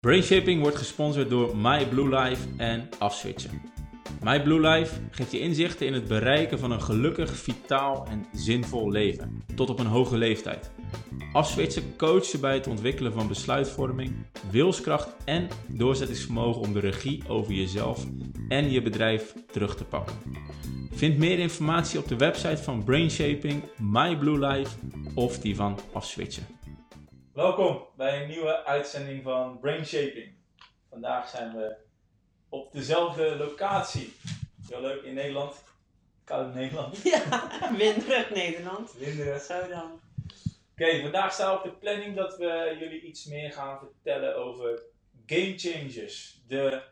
Brainshaping wordt gesponsord door MyBlueLife en Afswitchen. MyBlueLife geeft je inzichten in het bereiken van een gelukkig, vitaal en zinvol leven, tot op een hoge leeftijd. Afswitchen coacht je bij het ontwikkelen van besluitvorming, wilskracht en doorzettingsvermogen om de regie over jezelf en je bedrijf terug te pakken. Vind meer informatie op de website van Brainshaping, MyBlueLife of die van Afswitchen. Welkom bij een nieuwe uitzending van Brainshaping. Vandaag zijn we op dezelfde locatie. Heel leuk in Nederland. Koud Nederland. Ja, winderig Nederland. Winderig. Zo dan. Oké, vandaag staat op de planning dat we jullie iets meer gaan vertellen over Game Changers. De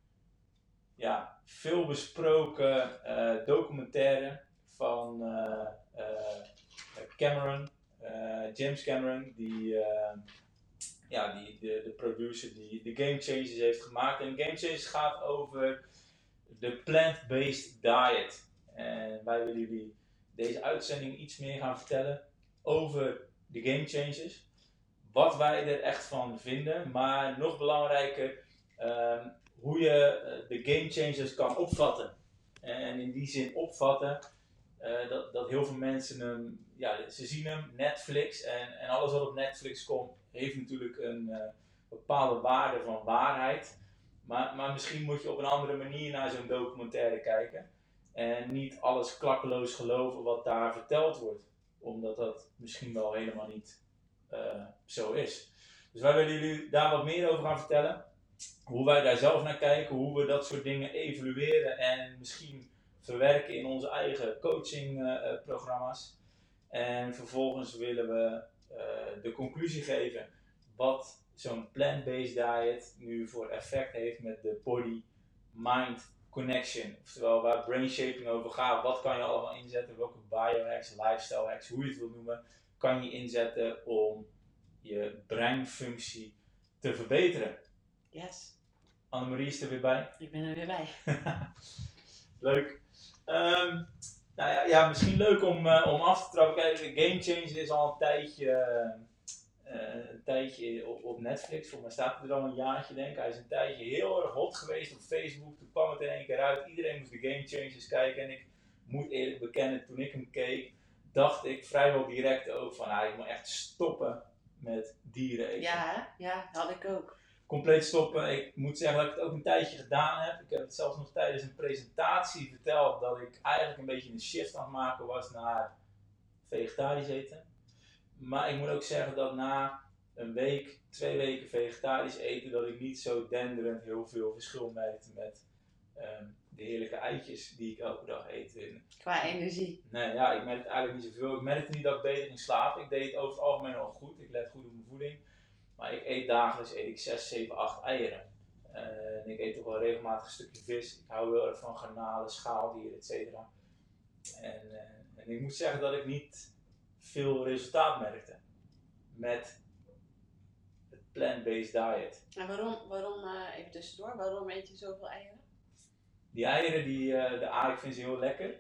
veelbesproken documentaire van James Cameron, de producer die de Game Changers heeft gemaakt. En Game Changers gaat over de plant-based diet. En wij willen jullie deze uitzending iets meer gaan vertellen over de Game Changers. Wat wij er echt van vinden, maar nog belangrijker, hoe je de Game Changers kan opvatten. En in die zin opvatten, dat heel veel mensen hem, ze zien hem, Netflix en alles wat op Netflix komt, heeft natuurlijk een bepaalde waarde van waarheid. Maar misschien moet je op een andere manier naar zo'n documentaire kijken. En niet alles klakkeloos geloven wat daar verteld wordt. Omdat dat misschien wel helemaal niet zo is. Dus wij willen jullie daar wat meer over gaan vertellen. Hoe wij daar zelf naar kijken, hoe we dat soort dingen evalueren en misschien verwerken in onze eigen coachingprogramma's. En vervolgens willen we de conclusie geven wat zo'n plant-based diet nu voor effect heeft met de body-mind connection. Oftewel waar brainshaping over gaat. Wat kan je allemaal inzetten, welke biohacks, lifestyle hacks, hoe je het wil noemen, kan je inzetten om je breinfunctie te verbeteren. Yes. Annemarie is er weer bij. Ik ben er weer bij. Leuk. Misschien leuk om af te trappen. Kijk, de Game Changer is al een tijdje op Netflix. Voor mij staat er al een jaartje, denk ik. Hij is een tijdje heel erg hot geweest op Facebook. Toen kwam het in één keer uit. Iedereen moest de Game Changers kijken. En ik moet eerlijk bekennen, toen ik hem keek, dacht ik vrijwel direct ook van, ik moet echt stoppen met dieren eten. Ja, had ik ook. Compleet stoppen. Ik moet zeggen dat ik het ook een tijdje gedaan heb. Ik heb het zelfs nog tijdens een presentatie verteld dat ik eigenlijk een beetje een shift aan het maken was naar vegetarisch eten. Maar ik moet ook zeggen dat na een week, 2 weken vegetarisch eten, dat ik niet zo denderend heel veel verschil merkte met de heerlijke eitjes die ik elke dag eet. Qua energie. Nee, ik merkte eigenlijk niet zoveel. Ik merkte niet dat ik beter ging slapen. Ik deed het over het algemeen al goed. Ik let goed op mijn voeding. Maar ik eet dagelijks 6, 7, 8 eieren. En ik eet toch wel regelmatig een stukje vis. Ik hou heel erg van garnalen, schaaldieren, etc. En ik moet zeggen dat ik niet veel resultaat merkte met het plant-based diet. En waarom even tussendoor, waarom eet je zoveel eieren? Die eieren, ik vind ze heel lekker.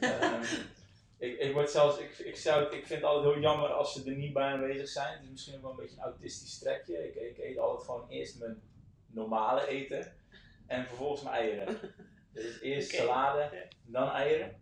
Ik vind het altijd heel jammer als ze er niet bij aanwezig zijn. Het is misschien ook wel een beetje een autistisch trekje. Ik eet altijd gewoon eerst mijn normale eten en vervolgens mijn eieren. Dus eerst salade, dan eieren.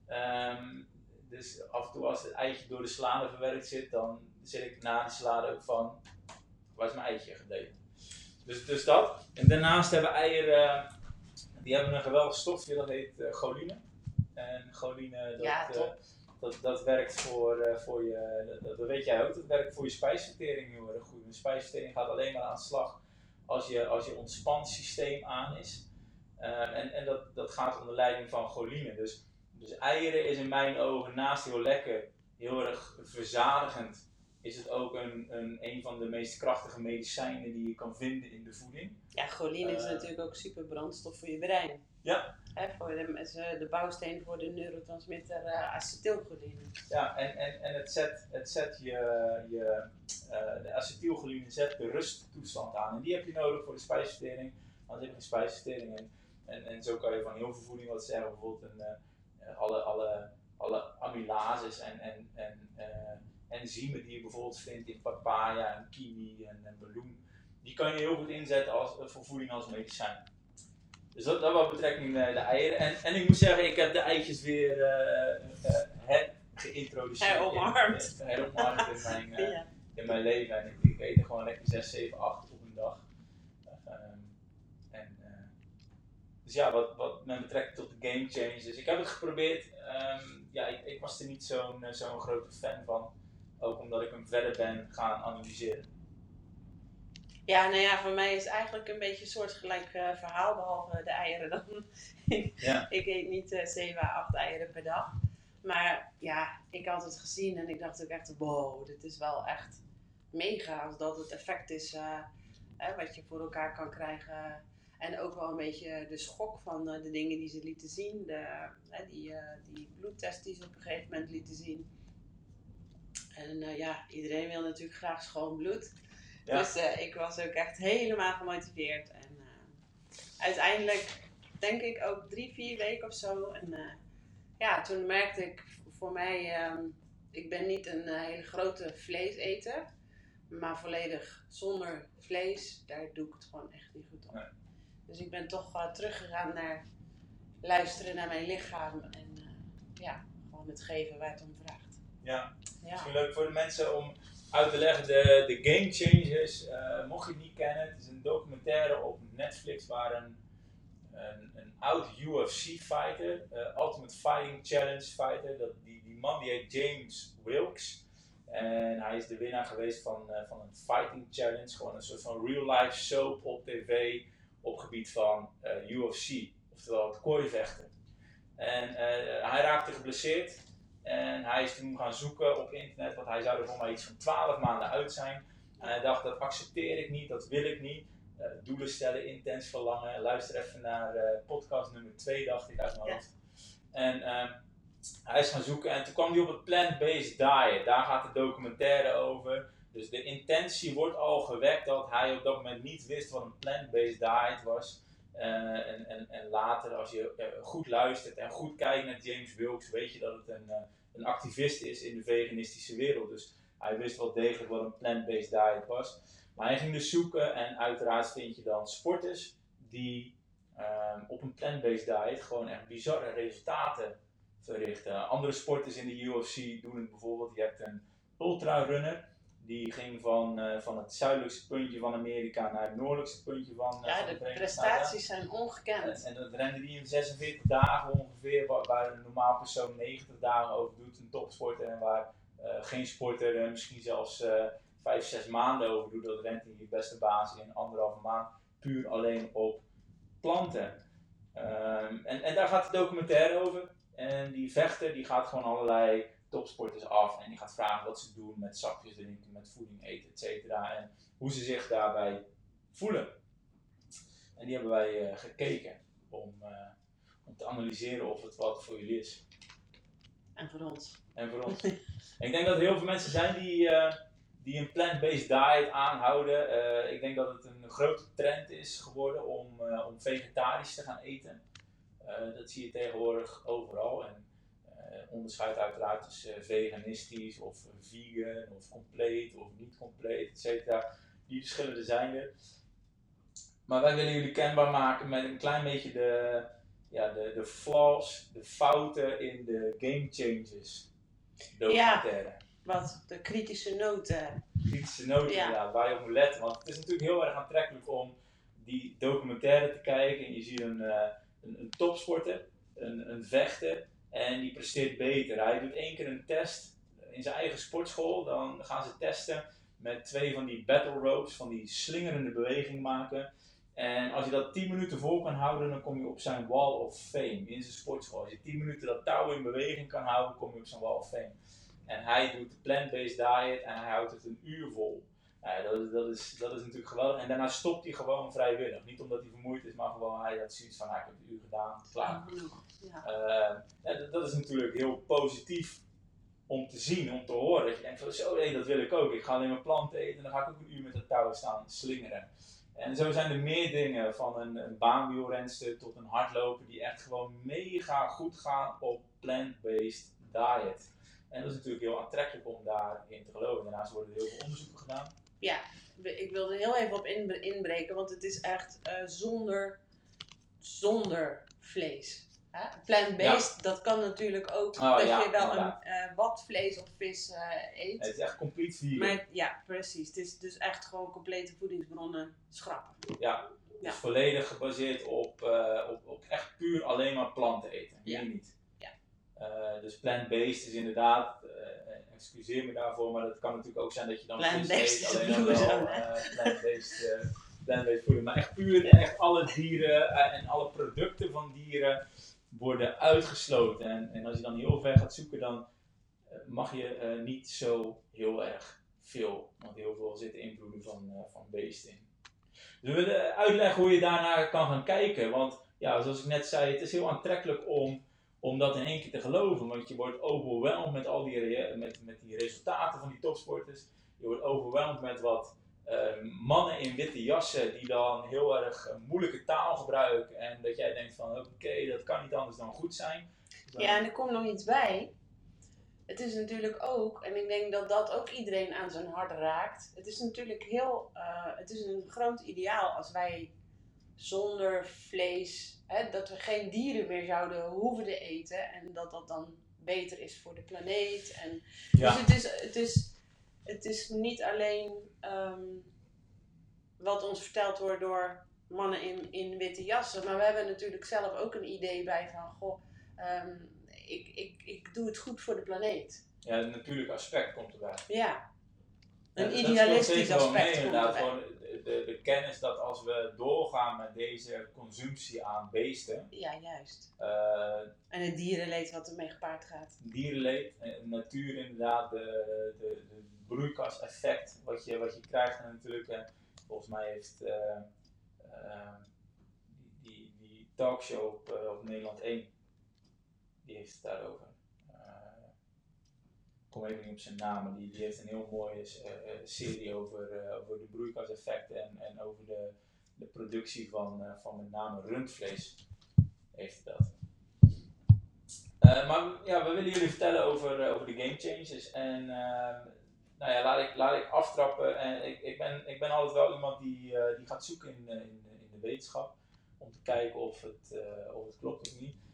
Dus af en toe als het eitje door de salade verwerkt zit, dan zit ik na de salade ook van, waar is mijn eitje gebleven? Dus dat. En daarnaast hebben eieren, die hebben een geweldig stofje, dat heet choline. En choline, dat werkt voor je, dat weet jij ook, dat werkt voor je spijsvertering heel erg goed. De spijsvertering gaat alleen maar aan de slag als je ontspansysteem aan is. En dat gaat onder leiding van choline. Dus eieren is in mijn ogen naast heel lekker, heel erg verzadigend. Is het ook een van de meest krachtige medicijnen die je kan vinden in de voeding. Ja, choline is natuurlijk ook super brandstof voor je brein. Ja. Voor de bouwsteen voor de neurotransmitter acetylcholine. Ja, en het zet de acetylcholine zet de rusttoestand aan. En die heb je nodig voor de spijsvertering. Want je hebt geen spijsvertering. En zo kan je van heel veel voeding wat zeggen. Bijvoorbeeld alle amylases en enzymen die je bijvoorbeeld vindt in papaya en kiwi en meloen. die kan je heel goed inzetten voor voeding als medicijn. Dus dat wat betrekking de eieren. En ik moet zeggen, ik heb de eitjes weer geïntroduceerd. Heromarmd. Heromarmd Ja. in mijn leven. En ik eet er gewoon lekker 6, 7, 8 op een dag. Dus ja, wat met betrekking tot de game changes. Ik heb het geprobeerd. Ik was er niet zo'n grote fan van. Ook omdat ik hem verder ben gaan analyseren. Ja, nou ja, voor mij is het eigenlijk een beetje een soortgelijk verhaal, behalve de eieren dan. Ik eet niet 7 à 8 eieren per dag. Maar ja, ik had het gezien en ik dacht ook echt, wow, dit is wel echt mega. Als dat het effect is wat je voor elkaar kan krijgen. En ook wel een beetje de schok van de dingen die ze lieten zien. Die bloedtest die ze op een gegeven moment lieten zien. En iedereen wil natuurlijk graag schoon bloed. Ja. Dus ik was ook echt helemaal gemotiveerd. En uiteindelijk denk ik ook 3-4 weken of zo. En toen merkte ik voor mij, ik ben niet een hele grote vleeseter. Maar volledig zonder vlees, daar doe ik het gewoon echt niet goed op. Nee. Dus ik ben toch teruggegaan naar luisteren naar mijn lichaam. En gewoon het geven waar het om vraagt. Ja. Misschien leuk voor de mensen om uit te leggen de Game Changers. Mocht je het niet kennen, het is een documentaire op Netflix waar een oud UFC fighter, Ultimate Fighting Challenge fighter, die man die heet James Wilks. En hij is de winnaar geweest van een Fighting Challenge, gewoon een soort van real life soap op tv op gebied van UFC, oftewel het kooivechten. En hij raakte geblesseerd. En hij is toen gaan zoeken op internet, want hij zou er voor mij iets van 12 maanden uit zijn. En hij dacht, dat accepteer ik niet, dat wil ik niet. Doelen stellen, intens verlangen. Luister even naar podcast nummer 2, dacht ik uit mijn hoofd. En hij is gaan zoeken en toen kwam hij op het plant-based diet. Daar gaat de documentaire over. Dus de intentie wordt al gewekt dat hij op dat moment niet wist wat een plant-based diet was. En later, als je goed luistert en goed kijkt naar James Wilks, weet je dat het een activist is in de veganistische wereld. Dus hij wist wel degelijk wat een plant-based diet was. Maar hij ging dus zoeken en uiteraard vind je dan sporters die op een plant-based diet gewoon echt bizarre resultaten verrichten. Andere sporters in de UFC doen het bijvoorbeeld. Je hebt een ultrarunner. Die ging van het zuidelijkste puntje van Amerika naar het noordelijkste puntje van de prestaties zijn ongekend. En dat rende die in 46 dagen ongeveer, waar een normaal persoon 90 dagen over doet, een topsporter. En waar geen sporter misschien zelfs 5-6 maanden over doet. Dat rent in je beste basis in 1,5 maand puur alleen op planten. En daar gaat de documentaire over. En die vechter die gaat gewoon allerlei topsporters af en die gaat vragen wat ze doen met sapjes drinken, met voeding eten, etc. En hoe ze zich daarbij voelen. En die hebben wij gekeken om te analyseren of het wat voor jullie is. En voor ons. En ik denk dat er heel veel mensen zijn die een plant-based diet aanhouden. Ik denk dat het een grote trend is geworden om vegetarisch te gaan eten. Dat zie je tegenwoordig overal. En onderscheid uiteraard tussen veganistisch of vegan of compleet of niet compleet, etc. Die verschillen er zijn er. Maar wij willen jullie kenbaar maken met een klein beetje de flaws, de fouten in de Game Changers documentaire. Ja, wat de kritische noten. Kritische noten, ja, waar je op moet letten. Want het is natuurlijk heel erg aantrekkelijk om die documentaire te kijken. En je ziet een topsporter, een vechter. En die presteert beter. Hij doet 1 keer een test in zijn eigen sportschool. Dan gaan ze testen met 2 van die battle ropes, van die slingerende beweging maken. En als je dat 10 minuten vol kan houden, dan kom je op zijn wall of fame in zijn sportschool. Als je 10 minuten dat touw in beweging kan houden, kom je op zijn wall of fame. En hij doet de plant-based diet en hij houdt het 1 uur vol. Dat is natuurlijk geweldig. En daarna stopt hij gewoon vrijwillig. Niet omdat hij vermoeid is, maar gewoon hij had zoiets van, ik heb het 1 uur gedaan, klaar. Dat is natuurlijk heel positief om te zien, om te horen. Dat je denkt van, dat wil ik ook. Ik ga alleen maar planten eten en dan ga ik ook 1 uur met dat touw staan slingeren. En zo zijn er meer dingen, van een baanwielrenster tot een hardloper, die echt gewoon mega goed gaan op plant-based diet. En dat is natuurlijk heel aantrekkelijk om daarin te geloven. Daarnaast worden er heel veel onderzoeken gedaan. Ja, ik wil er heel even op inbreken, want het is echt zonder vlees. Plant-based, dat kan natuurlijk ook dat je wel wat vlees of vis eet. Het is echt compleet vegan. Maar, ja, precies. Het is dus echt gewoon complete voedingsbronnen schrappen. Ja, dus volledig gebaseerd op echt puur alleen maar planten eten. Meer niet. Ja. Dus plant-based is inderdaad, excuseer me daarvoor, maar dat kan natuurlijk ook zijn dat je dan vis eet. Alleen dan wel plant-based voeding. Maar echt puur, echt alle dieren en alle producten van dieren worden uitgesloten. En als je dan heel ver gaat zoeken, dan mag je niet zo heel erg veel. Want heel veel zitten invloeden van beesten in. Dus we willen uitleggen hoe je daarnaar kan gaan kijken. Want ja, zoals ik net zei, het is heel aantrekkelijk om dat in één keer te geloven. Want je wordt overweldigd met al met die resultaten van die topsporters. Je wordt overweldigd met wat mannen in witte jassen die dan heel erg moeilijke taal gebruiken. En dat jij denkt van oké, dat kan niet anders dan goed zijn. Ja, en er komt nog iets bij. Het is natuurlijk ook, en ik denk dat dat ook iedereen aan zijn hart raakt. Het is natuurlijk het is een groot ideaal als wij zonder vlees, dat we geen dieren meer zouden hoeven te eten. En dat dat dan beter is voor de planeet. En, Dus het is niet alleen wat ons verteld wordt door mannen in witte jassen. Maar we hebben natuurlijk zelf ook een idee bij van, ik doe het goed voor de planeet. Ja, het natuurlijke aspect komt erbij. Ja, een idealistisch aspect komt inderdaad erbij. Gewoon de kennis dat als we doorgaan met deze consumptie aan beesten. Ja, juist. En het dierenleed wat ermee gepaard gaat. Dierenleed, natuur inderdaad, de broeikaseffect wat je krijgt. En natuurlijk, volgens mij heeft die talkshow op Nederland 1, die heeft het daarover. Ik kom even niet op zijn naam, maar die heeft een heel mooie serie over de broeikaseffecten en over de productie van met name rundvlees. Heeft dat. Maar ja, we willen jullie vertellen over de game changes. En laat ik aftrappen. En ik ben altijd wel iemand die gaat zoeken in de wetenschap. Om te kijken of het klopt of niet.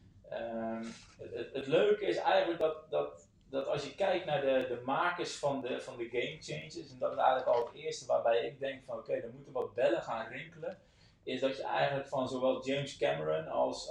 Het leuke is eigenlijk dat als je kijkt naar de makers van de game changes, en dat is eigenlijk al het eerste waarbij ik denk van oké, er moeten wat bellen gaan rinkelen, is dat je eigenlijk van zowel James Cameron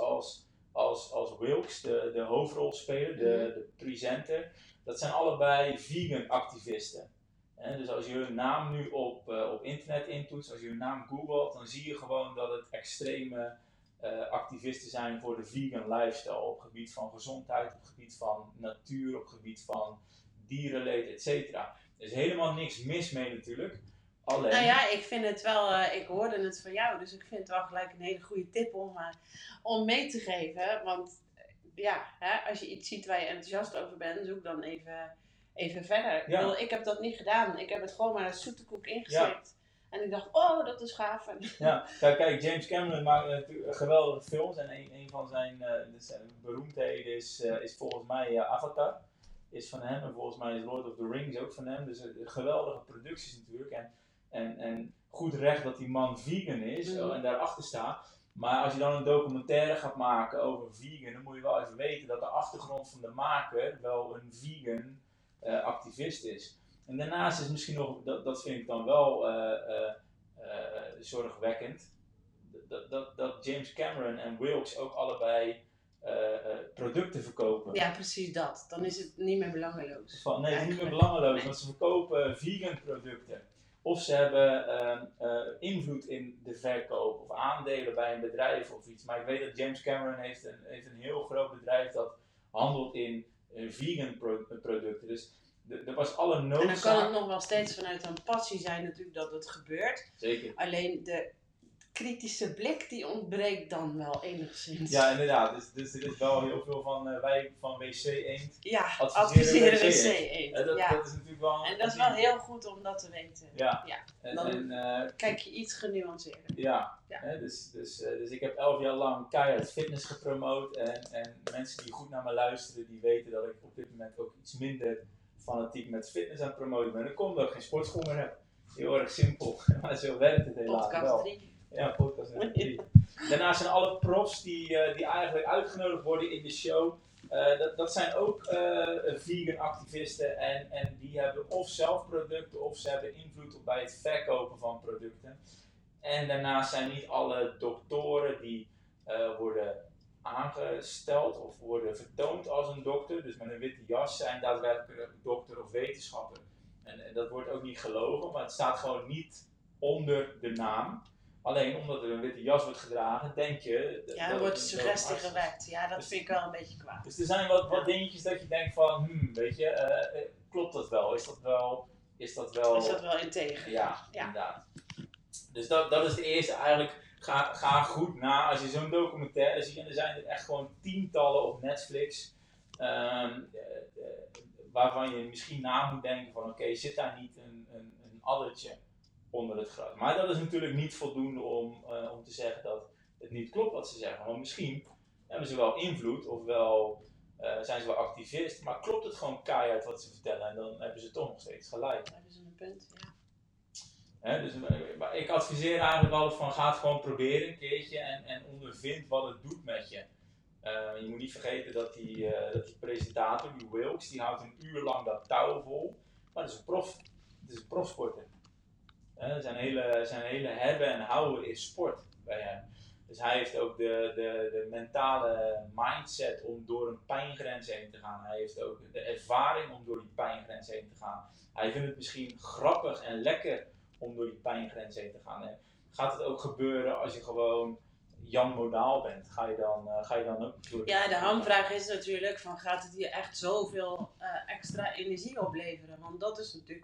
als Wilkes, de hoofdrolspeler, de presenter, dat zijn allebei vegan activisten. Dus als je hun naam nu op internet intoetst, als je hun naam googelt, dan zie je gewoon dat het extreme activisten zijn voor de vegan lifestyle op het gebied van gezondheid, op het gebied van natuur, op het gebied van dierenleed, etc. Er is helemaal niks mis mee natuurlijk. Alleen... Nou ja, ik vind het wel, ik hoorde het van jou, dus ik vind het wel gelijk een hele goede tip om mee te geven. Want ja, als je iets ziet waar je enthousiast over bent, zoek dan even verder. Ja. Ik heb dat niet gedaan, ik heb het gewoon maar als zoete koek ingezet. Ja. En ik dacht, oh, dat is gaaf. Ja, kijk, James Cameron maakt natuurlijk geweldige films en een van zijn beroemdheden is volgens mij Avatar. Is van hem en volgens mij is Lord of the Rings ook van hem. Dus geweldige producties natuurlijk. En goed recht dat die man vegan is en daarachter staat. Maar als je dan een documentaire gaat maken over vegan, dan moet je wel even weten dat de achtergrond van de maker wel een vegan activist is. En daarnaast is misschien nog, dat vind ik dan wel zorgwekkend, dat James Cameron en Wilkes ook allebei producten verkopen. Ja, precies dat. Dan is het niet meer belangeloos. Nee, het is niet meer belangeloos, want ze verkopen vegan producten. Of ze hebben invloed in de verkoop of aandelen bij een bedrijf of iets. Maar ik weet dat James Cameron heeft een heel groot bedrijf dat handelt in vegan producten. Dus er was alle noodzaak. En dan kan het nog wel steeds vanuit een passie zijn natuurlijk dat het gebeurt. Zeker. Alleen de kritische blik die ontbreekt dan wel enigszins. Ja, inderdaad. Dus er is wel heel veel van wij van WC Eend. Ja, adviseren WC Eend. Dat is natuurlijk wel. En dat is wel heel goed om dat te weten. Ja. Dan kijk je iets genuanceerder. Ja. Dus ik heb 11 jaar lang keihard fitness gepromoot. En mensen die goed naar me luisteren, die weten dat ik op dit moment ook iets minder fanatiek met fitness aan het promoten ben. Dan komt dat ik geen sportschool meer heb. Heel erg simpel, maar zo werkt het helaas Podcast wel. 3. Ja, podcast nummer 3. Daarnaast zijn alle profs die eigenlijk uitgenodigd worden in de show, dat zijn ook vegan activisten en die hebben of zelf producten of ze hebben invloed op bij het verkopen van producten. En daarnaast zijn niet alle doktoren die worden aangesteld of worden vertoond als een dokter, dus met een witte jas zijn daadwerkelijk dokter of wetenschapper. En dat wordt ook niet gelogen, maar het staat gewoon niet onder de naam. Alleen omdat er een witte jas wordt gedragen, denk je... Ja, dan wordt de suggestie gewekt. Ja, dat dus, vind ik wel een beetje kwaad. Dus er zijn wat dingetjes dat je denkt van, weet je, klopt dat wel? Is dat wel Is dat wel integer? Ja, inderdaad. Dus dat is de eerste eigenlijk. Ga goed na als je zo'n documentaire ziet. En er zijn er echt gewoon tientallen op Netflix. Waarvan je misschien na moet denken van oké, zit daar niet een addertje onder het gras. Maar dat is natuurlijk niet voldoende om te zeggen dat het niet klopt wat ze zeggen. Want misschien hebben ze wel invloed of wel zijn ze wel activist. Maar klopt het gewoon keihard wat ze vertellen en dan hebben ze toch nog steeds gelijk. Dan hebben ze een punt, ja. Dus ik adviseer eigenlijk altijd van ga het gewoon proberen een keertje en ondervind wat het doet met je. Je moet niet vergeten dat die presentator, die Wilkes, die houdt een uur lang dat touw vol. Maar het is een profsporter. Zijn hele hebben en houden is sport bij hem. Dus hij heeft ook de mentale mindset om door een pijngrens heen te gaan. Hij heeft ook de ervaring om door die pijngrens heen te gaan. Hij vindt het misschien grappig en lekker om door die pijngrens heen te gaan. En gaat het ook gebeuren als je gewoon Jan Modaal bent? Ga je dan ook door? Ja, de hamvraag is natuurlijk van gaat het je echt zoveel extra energie opleveren? Want dat is natuurlijk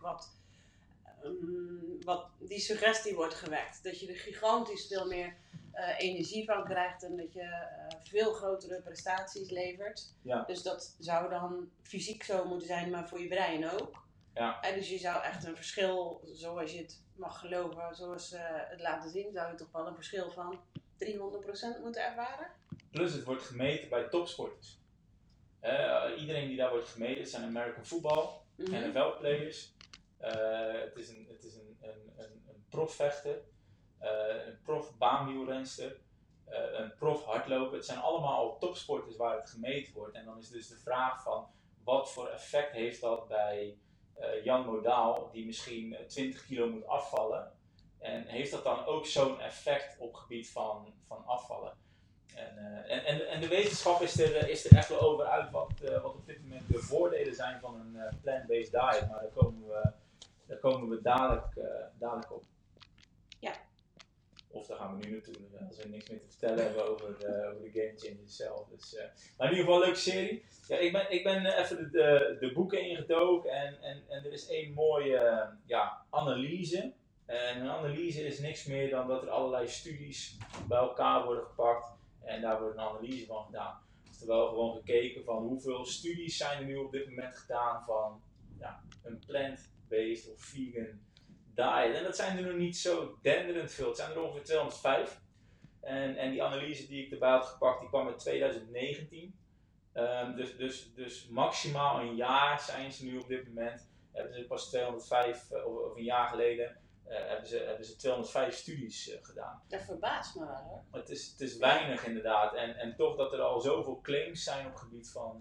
wat die suggestie wordt gewekt. Dat je er gigantisch veel meer energie van krijgt en dat je veel grotere prestaties levert. Ja. Dus dat zou dan fysiek zo moeten zijn, maar voor je brein ook. Ja. En dus je zou echt een verschil, zoals je het mag geloven, zoals ze het laten zien, zou je toch wel een verschil van 300% moeten ervaren? Plus het wordt gemeten bij topsporters. Iedereen die daar wordt gemeten zijn American football, NFL-players. Het is een profvechter, een prof baanwielrenster, een prof hardloper. Het zijn allemaal topsporters waar het gemeten wordt. En dan is dus de vraag van wat voor effect heeft dat bij Jan Modaal die misschien 20 kilo moet afvallen. En heeft dat dan ook zo'n effect op het gebied van afvallen? En de wetenschap is er echt wel over uit wat op dit moment de voordelen zijn van een plant-based diet. Maar daar komen we dadelijk op. Ja. Of daar gaan we nu naartoe, als we niks meer te vertellen hebben over de Game Changers zelf. Dus, maar in ieder geval een leuke serie. Ja, ik ben even de boeken ingedoken en er is één mooie analyse. En een analyse is niks meer dan dat er allerlei studies bij elkaar worden gepakt en daar wordt een analyse van gedaan. Dus er wel gewoon gekeken van hoeveel studies zijn er nu op dit moment gedaan van een plant-based of vegan diet. En dat zijn er nog niet zo denderend veel. Het zijn er ongeveer 205. En die analyse die ik erbij had gepakt, die kwam in 2019. Dus maximaal een jaar zijn ze nu op dit moment. Hebben ze pas 205, of een jaar geleden, hebben ze 205 studies gedaan. Dat verbaast me wel hoor. Het is weinig inderdaad. En toch dat er al zoveel claims zijn op het gebied van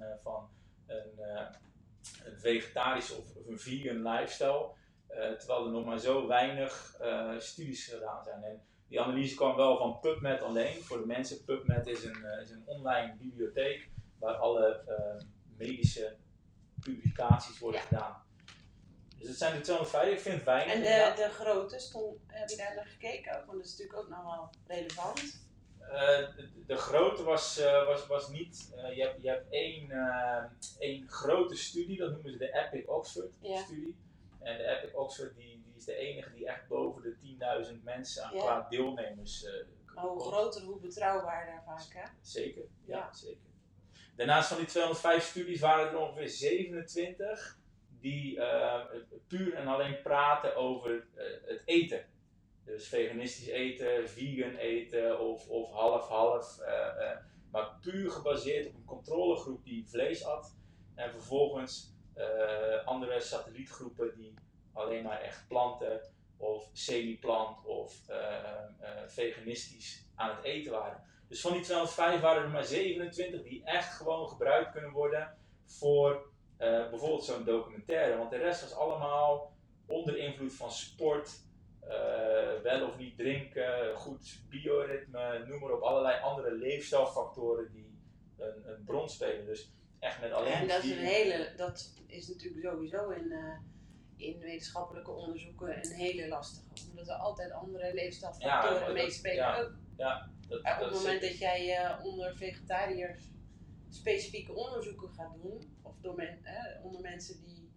een vegetarische of een vegan lifestyle. Terwijl er nog maar zo weinig studies gedaan zijn. En die analyse kwam wel van PubMed alleen. Voor de mensen, PubMed is een online bibliotheek waar alle medische publicaties worden gedaan. Dus het zijn de 205, ik vind het weinig. En de grootte, heb je daar naar gekeken ook? Want dat is natuurlijk ook nog wel relevant. De grootte was niet. Je hebt één grote studie, dat noemen ze de Epic Oxford studie. En de Epic Oxford die is de enige die echt boven de 10.000 mensen aan qua deelnemers. Maar hoe groter, hoe betrouwbaarder vaak, hè? Zeker, ja, zeker. Daarnaast van die 205 studies waren er ongeveer 27 die puur en alleen praten over het eten. Dus veganistisch eten, vegan eten of half-half. Maar puur gebaseerd op een controlegroep die vlees at. En vervolgens andere satellietgroepen die alleen maar echt planten of semi-plant of veganistisch aan het eten waren. Dus van die 205 waren er maar 27 die echt gewoon gebruikt kunnen worden voor bijvoorbeeld zo'n documentaire. Want de rest was allemaal onder invloed van sport, wel of niet drinken, goed bioritme, noem maar op, allerlei andere leefstijlfactoren die een rol spelen. Dus echt met alleen. En dat is natuurlijk sowieso in wetenschappelijke onderzoeken een hele lastige. Omdat er altijd andere leefstijlfactoren meespelen ook. Ja, op het moment dat jij onder vegetariërs specifieke onderzoeken gaat doen, of onder mensen die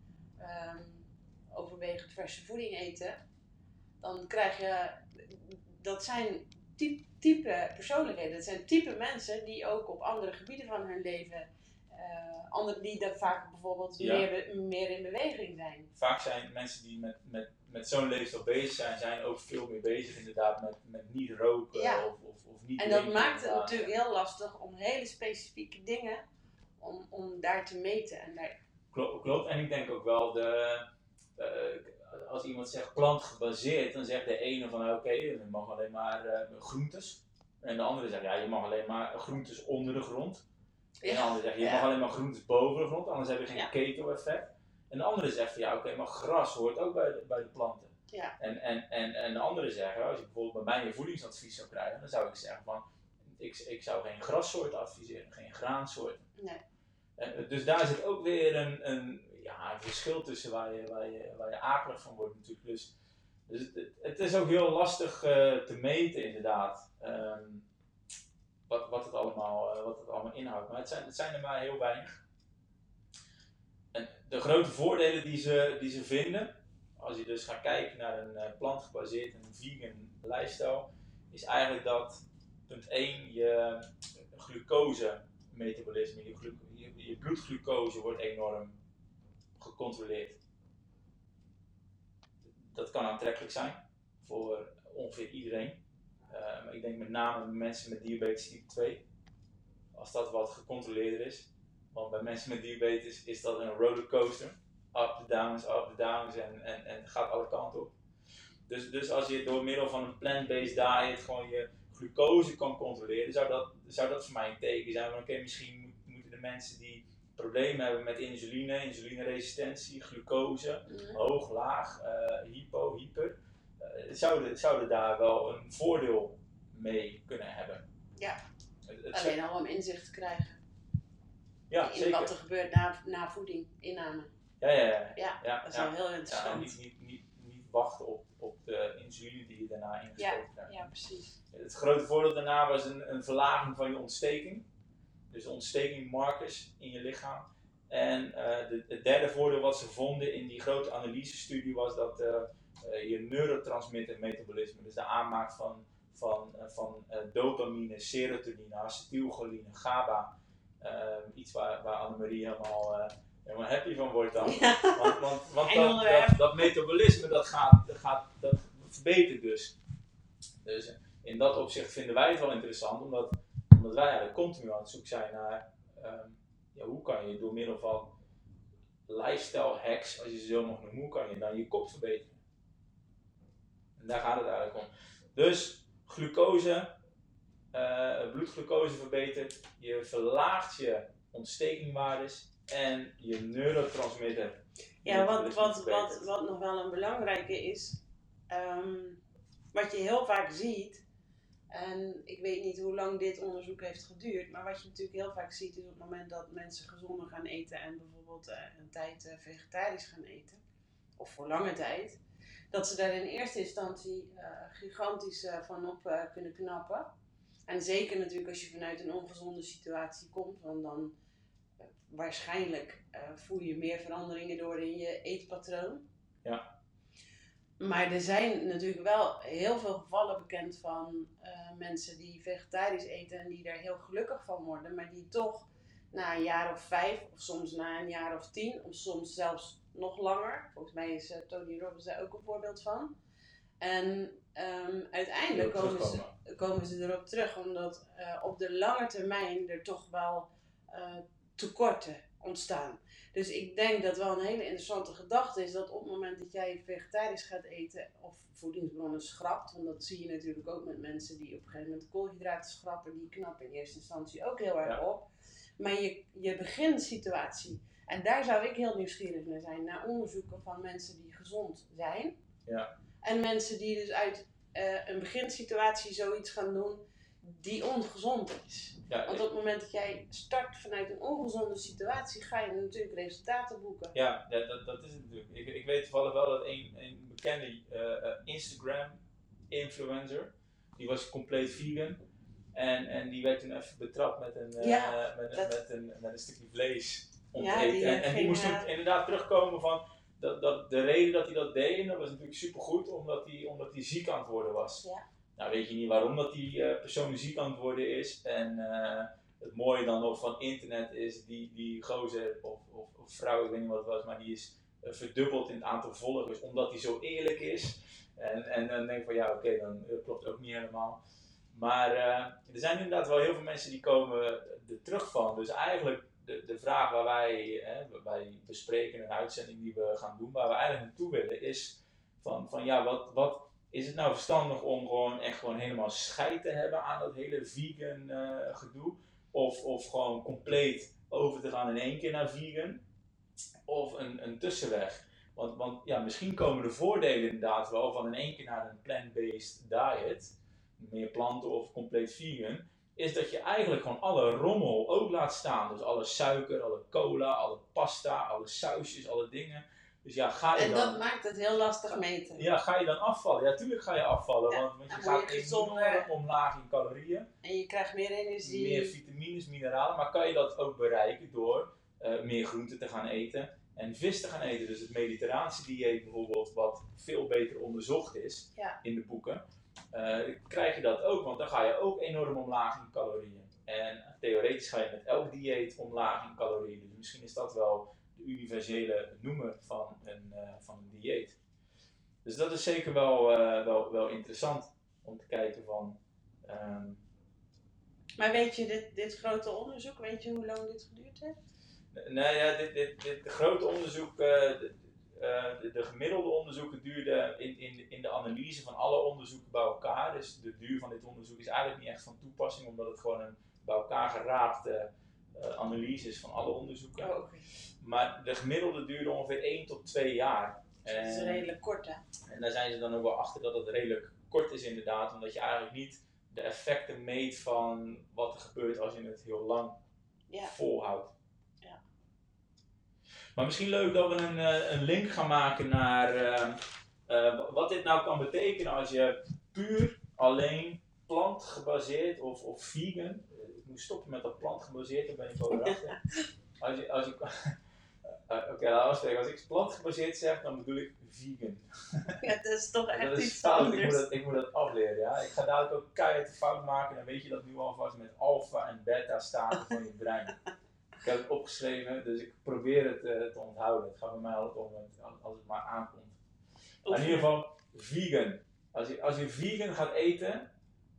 overwegend verse voeding eten, dan krijg je, dat zijn type persoonlijkheden, dat zijn type mensen die ook op andere gebieden van hun leven, die daar vaak bijvoorbeeld meer in beweging zijn. Vaak zijn mensen die met zo'n leefstijl bezig zijn ook veel meer bezig inderdaad met niet roken of niet en dat maakt het natuurlijk heel lastig om hele specifieke dingen, om daar te meten. Klopt, en ik denk ook wel, als iemand zegt plantgebaseerd, dan zegt de ene van oké, je mag alleen maar groentes. En de andere zegt je mag alleen maar groentes onder de grond. En de andere zegt je mag alleen maar groentes boven de grond, anders heb je geen keto-effect. En de andere zegt van maar gras hoort ook bij de planten. Ja. En de andere zeggen, als je bijvoorbeeld bij mij een voedingsadvies zou krijgen, dan zou ik zeggen van ik zou geen grassoorten adviseren, geen graansoorten. Nee. Dus daar zit ook weer een verschil tussen waar je akelig van wordt natuurlijk. Dus het is ook heel lastig te meten inderdaad. Wat het allemaal inhoudt. Maar het zijn er maar heel weinig. En de grote voordelen die ze vinden, als je dus gaat kijken naar een plantgebaseerd en een vegan lifestyle, is eigenlijk dat punt 1 je glucose-metabolisme, je bloedglucose wordt enorm gecontroleerd. Dat kan aantrekkelijk zijn voor ongeveer iedereen. Maar ik denk met name mensen met diabetes type 2, als dat wat gecontroleerder is. Want bij mensen met diabetes is dat een rollercoaster. Up the downs en het gaat alle kanten op. Dus als je door middel van een plant-based diet gewoon je glucose kan controleren, zou dat voor mij een teken zijn. Want misschien moeten de mensen die problemen hebben met insulineresistentie, glucose, hoog, laag, hypo, hyper, zouden daar wel een voordeel mee kunnen hebben. Ja, alleen al om inzicht te krijgen in zeker. wat er gebeurt na voeding, inname. Ja, dat is wel heel interessant. Niet wachten op de insuline die je daarna ingespoten krijgt. Ja, precies. Het grote voordeel daarna was een verlaging van je ontsteking. Dus ontstekingmarkers in je lichaam. En het derde voordeel wat ze vonden in die grote analysestudie was dat je neurotransmitter metabolisme, dus de aanmaak van dopamine, serotonine, acetylcholine, GABA, iets waar Annemarie helemaal happy van wordt dan. Ja. Want dat metabolisme dat verbetert dus. Dus in dat opzicht vinden wij het wel interessant, omdat wij eigenlijk continu aan het zoeken zijn naar hoe kan je door middel van lifestyle hacks, als je ze zo mag noemen, hoe kan je dan je kop verbeteren. En daar gaat het eigenlijk om. Dus glucose, bloedglucose verbetert, je verlaagt je ontstekingwaardes en je neurotransmitter. Ja, wat nog wel een belangrijke is, wat je heel vaak ziet, en ik weet niet hoe lang dit onderzoek heeft geduurd, maar wat je natuurlijk heel vaak ziet is op het moment dat mensen gezonder gaan eten en bijvoorbeeld een tijd vegetarisch gaan eten, of voor lange tijd, dat ze daar in eerste instantie gigantisch van op kunnen knappen. En zeker natuurlijk als je vanuit een ongezonde situatie komt, want dan waarschijnlijk voel je meer veranderingen door in je eetpatroon. Ja. Maar er zijn natuurlijk wel heel veel gevallen bekend van mensen die vegetarisch eten en die daar heel gelukkig van worden, maar die toch na een jaar of 5 of soms na een jaar of 10 of soms zelfs nog langer, volgens mij is Tony Robbins daar ook een voorbeeld van. En uiteindelijk komen ze erop terug, omdat op de lange termijn er toch wel tekorten ontstaan. Dus ik denk dat wel een hele interessante gedachte is dat op het moment dat jij vegetarisch gaat eten of voedingsbronnen schrapt, want dat zie je natuurlijk ook met mensen die op een gegeven moment koolhydraten schrappen, die knappen in eerste instantie ook heel erg op. Maar je beginsituatie, en daar zou ik heel nieuwsgierig naar zijn, naar onderzoeken van mensen die gezond zijn. Ja. En mensen die dus uit een beginsituatie zoiets gaan doen die ongezond is. Ja, want op het moment dat jij start vanuit een ongezonde situatie, ga je natuurlijk resultaten boeken. Ja, dat is het natuurlijk. Ik weet toevallig wel dat een bekende Instagram-influencer, die was compleet vegan. En die werd toen even betrapt met een stukje vlees om te eten. En die moest toen inderdaad terugkomen van dat de reden dat hij dat deed, en dat was natuurlijk supergoed, omdat hij ziek aan het worden was. Ja. Nou weet je niet waarom dat die persoon ziek aan het worden is. En het mooie dan nog van internet is, die gozer of vrouw, ik weet niet wat het was, maar die is verdubbeld in het aantal volgers, omdat hij zo eerlijk is. En dan denk ik van ja, oké, dan klopt het ook niet helemaal. Maar er zijn inderdaad wel heel veel mensen die komen er terug van. Dus eigenlijk de vraag waar wij bespreken, een uitzending die we gaan doen, waar we eigenlijk naartoe willen, is van ja, wat is het nou verstandig om gewoon helemaal scheid te hebben aan dat hele vegan gedoe? Of gewoon compleet over te gaan in één keer naar vegan? Of een tussenweg? Want ja, misschien komen de voordelen inderdaad wel van in één keer naar een plant-based diet, meer planten of compleet vegan, is dat je eigenlijk gewoon alle rommel ook laat staan. Dus alle suiker, alle cola, alle pasta, alle sausjes, alle dingen. Dus ja, ga je en dan... dat maakt het heel lastig meten. Ja, ga je dan afvallen? Ja, tuurlijk ga je afvallen, Ja, want je gaat enorm omlaag in calorieën. En je krijgt meer energie. Meer vitamines, mineralen, maar kan je dat ook bereiken door meer groenten te gaan eten en vis te gaan eten. Dus het Mediterraanse dieet bijvoorbeeld, wat veel beter onderzocht is in de boeken, krijg je dat ook, want dan ga je ook enorm omlaag in calorieën. En theoretisch ga je met elk dieet omlaag in calorieën. Dus misschien is dat wel de universele noemer van een dieet. Dus dat is zeker wel interessant om te kijken van... Maar weet je, dit grote onderzoek, weet je hoe lang dit geduurd heeft? Nee, ja, dit grote onderzoek, de gemiddelde onderzoeken duurden in de analyse van alle onderzoeken bij elkaar. Dus de duur van dit onderzoek is eigenlijk niet echt van toepassing, omdat het gewoon een bij elkaar geraapte analyse is van alle onderzoeken. Oh, okay. Maar de gemiddelde duurde ongeveer 1 tot 2 jaar. Dat is redelijk kort, hè? En daar zijn ze dan ook wel achter dat het redelijk kort is inderdaad, omdat je eigenlijk niet de effecten meet van wat er gebeurt als je het heel lang volhoudt. Ja. Maar misschien leuk dat we een link gaan maken naar wat dit nou kan betekenen als je puur alleen plantgebaseerd of vegan, ik moet stoppen met dat plantgebaseerd, dan ben ik wel erachter. Oké, laten we afspreken. Als ik plantgebaseerd zeg, dan bedoel ik vegan. Ja, dat is toch echt dat is iets fout. anders. Ik moet dat afleren, ja. Ik ga dadelijk ook keihard de fout maken, dan weet je dat nu alvast met alpha en beta staten van je brein. Ik heb het opgeschreven, dus ik probeer het te onthouden. Het gaat bij mij altijd om als het maar aankomt. Maar in ieder geval, vegan. Als je vegan gaat eten,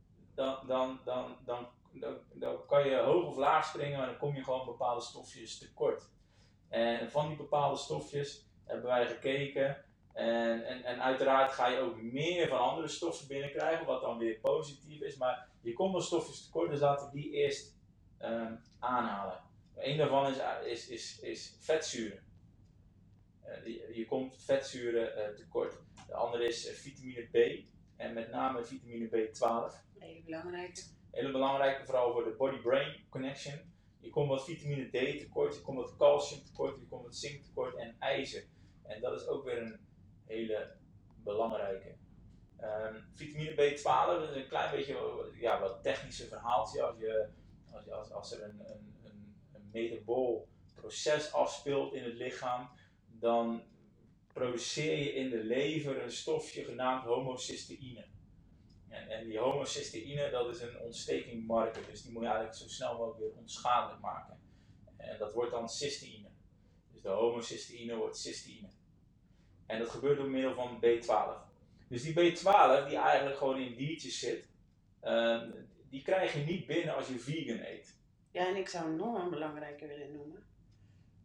dan kan je hoog of laag springen, maar dan kom je gewoon bepaalde stofjes tekort. En van die bepaalde stofjes hebben wij gekeken. En uiteraard ga je ook meer van andere stoffen binnenkrijgen, wat dan weer positief is. Maar je komt wel stofjes tekort, dus laten we die eerst aanhalen. Eén daarvan is vetzuren. Je komt vetzuren tekort. De andere is vitamine B. En met name vitamine B12. Hele belangrijke. Hele belangrijke, vooral voor de body-brain connection. Je komt wat vitamine D tekort, je komt wat calcium tekort, je komt wat zink tekort en ijzer. En dat is ook weer een hele belangrijke. Vitamine B12 is een klein beetje wat technische verhaaltje. Als er een metabool proces afspeelt in het lichaam, dan produceer je in de lever een stofje genaamd homocysteïne. En die homocysteïne, dat is een ontstekingmarker, dus die moet je eigenlijk zo snel mogelijk weer onschadelijk maken. En dat wordt dan cysteïne. Dus de homocysteïne wordt cysteïne. En dat gebeurt door middel van B12. Dus die B12, die eigenlijk gewoon in diertjes zit, die krijg je niet binnen als je vegan eet. Ja, en ik zou nog een belangrijke willen noemen.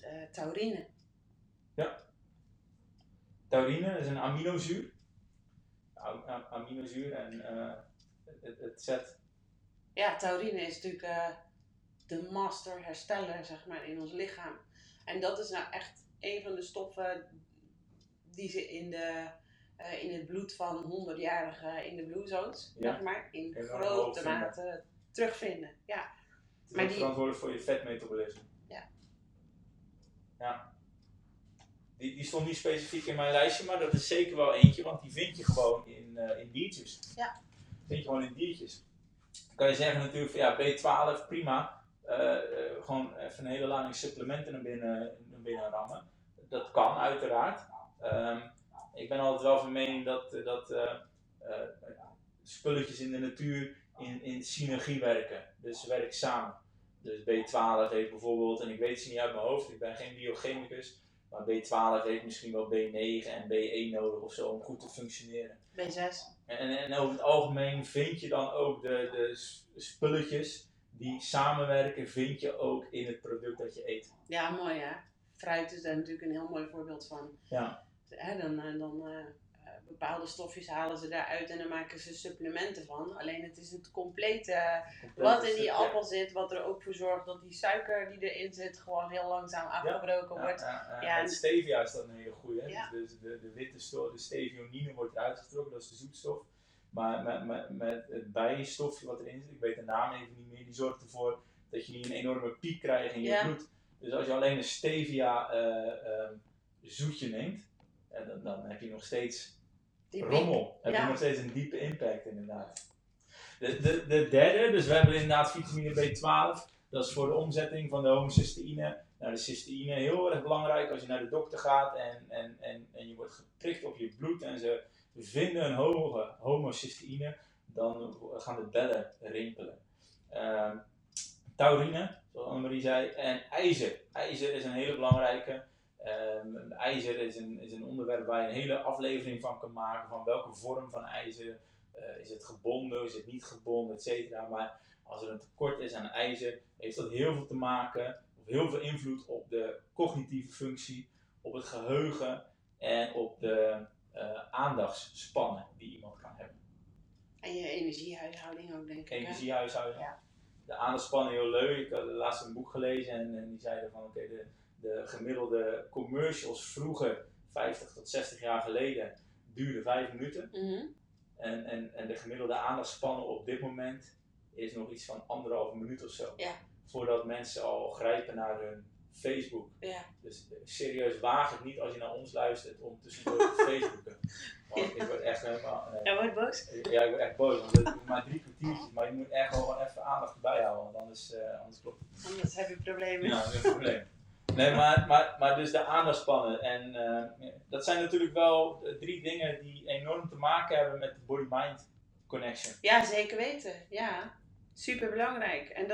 taurine. Ja. Taurine is een aminozuur. Aminozuur en het zet. Ja, taurine is natuurlijk de master hersteller, zeg maar, in ons lichaam. En dat is nou echt een van de stoffen die ze in het bloed van 100-jarigen in de blue zones, zeg maar, in grote mate terugvinden. Ja. Het is ook verantwoordelijk voor je vetmetabolisme. Ja. Die stond niet specifiek in mijn lijstje, maar dat is zeker wel eentje, want die vind je gewoon in diertjes. Ja. Vind je gewoon in diertjes. Dan kan je zeggen natuurlijk van ja, B12 prima, gewoon even een hele lading supplementen naar binnen rammen. Dat kan uiteraard. Ik ben altijd wel van mening dat spulletjes in de natuur in synergie werken. Dus ze werken samen. Dus B12 heeft bijvoorbeeld, en ik weet ze niet uit mijn hoofd, ik ben geen biochemicus, maar B12 heeft misschien wel B9 en B1 nodig of zo om goed te functioneren. B6. En over het algemeen vind je dan ook de spulletjes die samenwerken, vind je ook in het product dat je eet. Ja, mooi hè. Fruit is daar natuurlijk een heel mooi voorbeeld van. Ja. Dan bepaalde stofjes halen ze daaruit en dan maken ze supplementen van. Alleen het is het complete wat in die appel zit, wat er ook voor zorgt dat die suiker die erin zit gewoon heel langzaam afgebroken wordt. Het stevia is dan een hele goeie. Ja. Dus de witte stof, de stevionine wordt eruit getrokken, dat is de zoetstof. Maar met het bijstofje wat erin zit, ik weet de naam even niet meer, die zorgt ervoor dat je niet een enorme piek krijgt in je bloed. Dus als je alleen een stevia zoetje neemt, dan heb je nog steeds rommel. Heb je nog steeds een diepe impact inderdaad. De derde, dus we hebben inderdaad vitamine B12. Dat is voor de omzetting van de homocysteïne naar de cysteïne heel erg belangrijk als je naar de dokter gaat en je wordt geprikt op je bloed en ze vinden een hoge homocysteïne, dan gaan de bellen rimpelen. Taurine, zoals Annemarie zei, en ijzer. IJzer is een hele belangrijke. IJzer is een onderwerp waar je een hele aflevering van kan maken, van welke vorm van ijzer, is het gebonden, is het niet gebonden, etc. Maar als er een tekort is aan ijzer, heeft dat heel veel te maken, of heel veel invloed op de cognitieve functie, op het geheugen en op de aandachtsspannen die iemand kan hebben. En je energiehuishouding ook, denk ik. Energiehuishouding. Ja. De aandachtsspannen heel leuk. Ik had laatst een boek gelezen en die zeiden van oké, de gemiddelde commercials vroeger, 50 tot 60 jaar geleden, duurden 5 minuten. Mm-hmm. En de gemiddelde aandachtspannen op dit moment is nog iets van 1,5 minuut of zo. Ja. Voordat mensen al grijpen naar hun Facebook. Ja. Dus serieus, waag het niet als je naar ons luistert om tussendoor te Facebooken. Want ik word echt helemaal... Jij wordt boos? Ja, ik word echt boos. Want het is maar 3 kwartiertjes. Maar je moet echt gewoon even aandacht erbij houden. Want anders klopt het. Anders heb je problemen. Ja, dat is een probleem. Nee, maar dus de aandachtspannen. En dat zijn natuurlijk wel 3 dingen die enorm te maken hebben met de body-mind connection. Ja, zeker weten. Ja, super belangrijk. En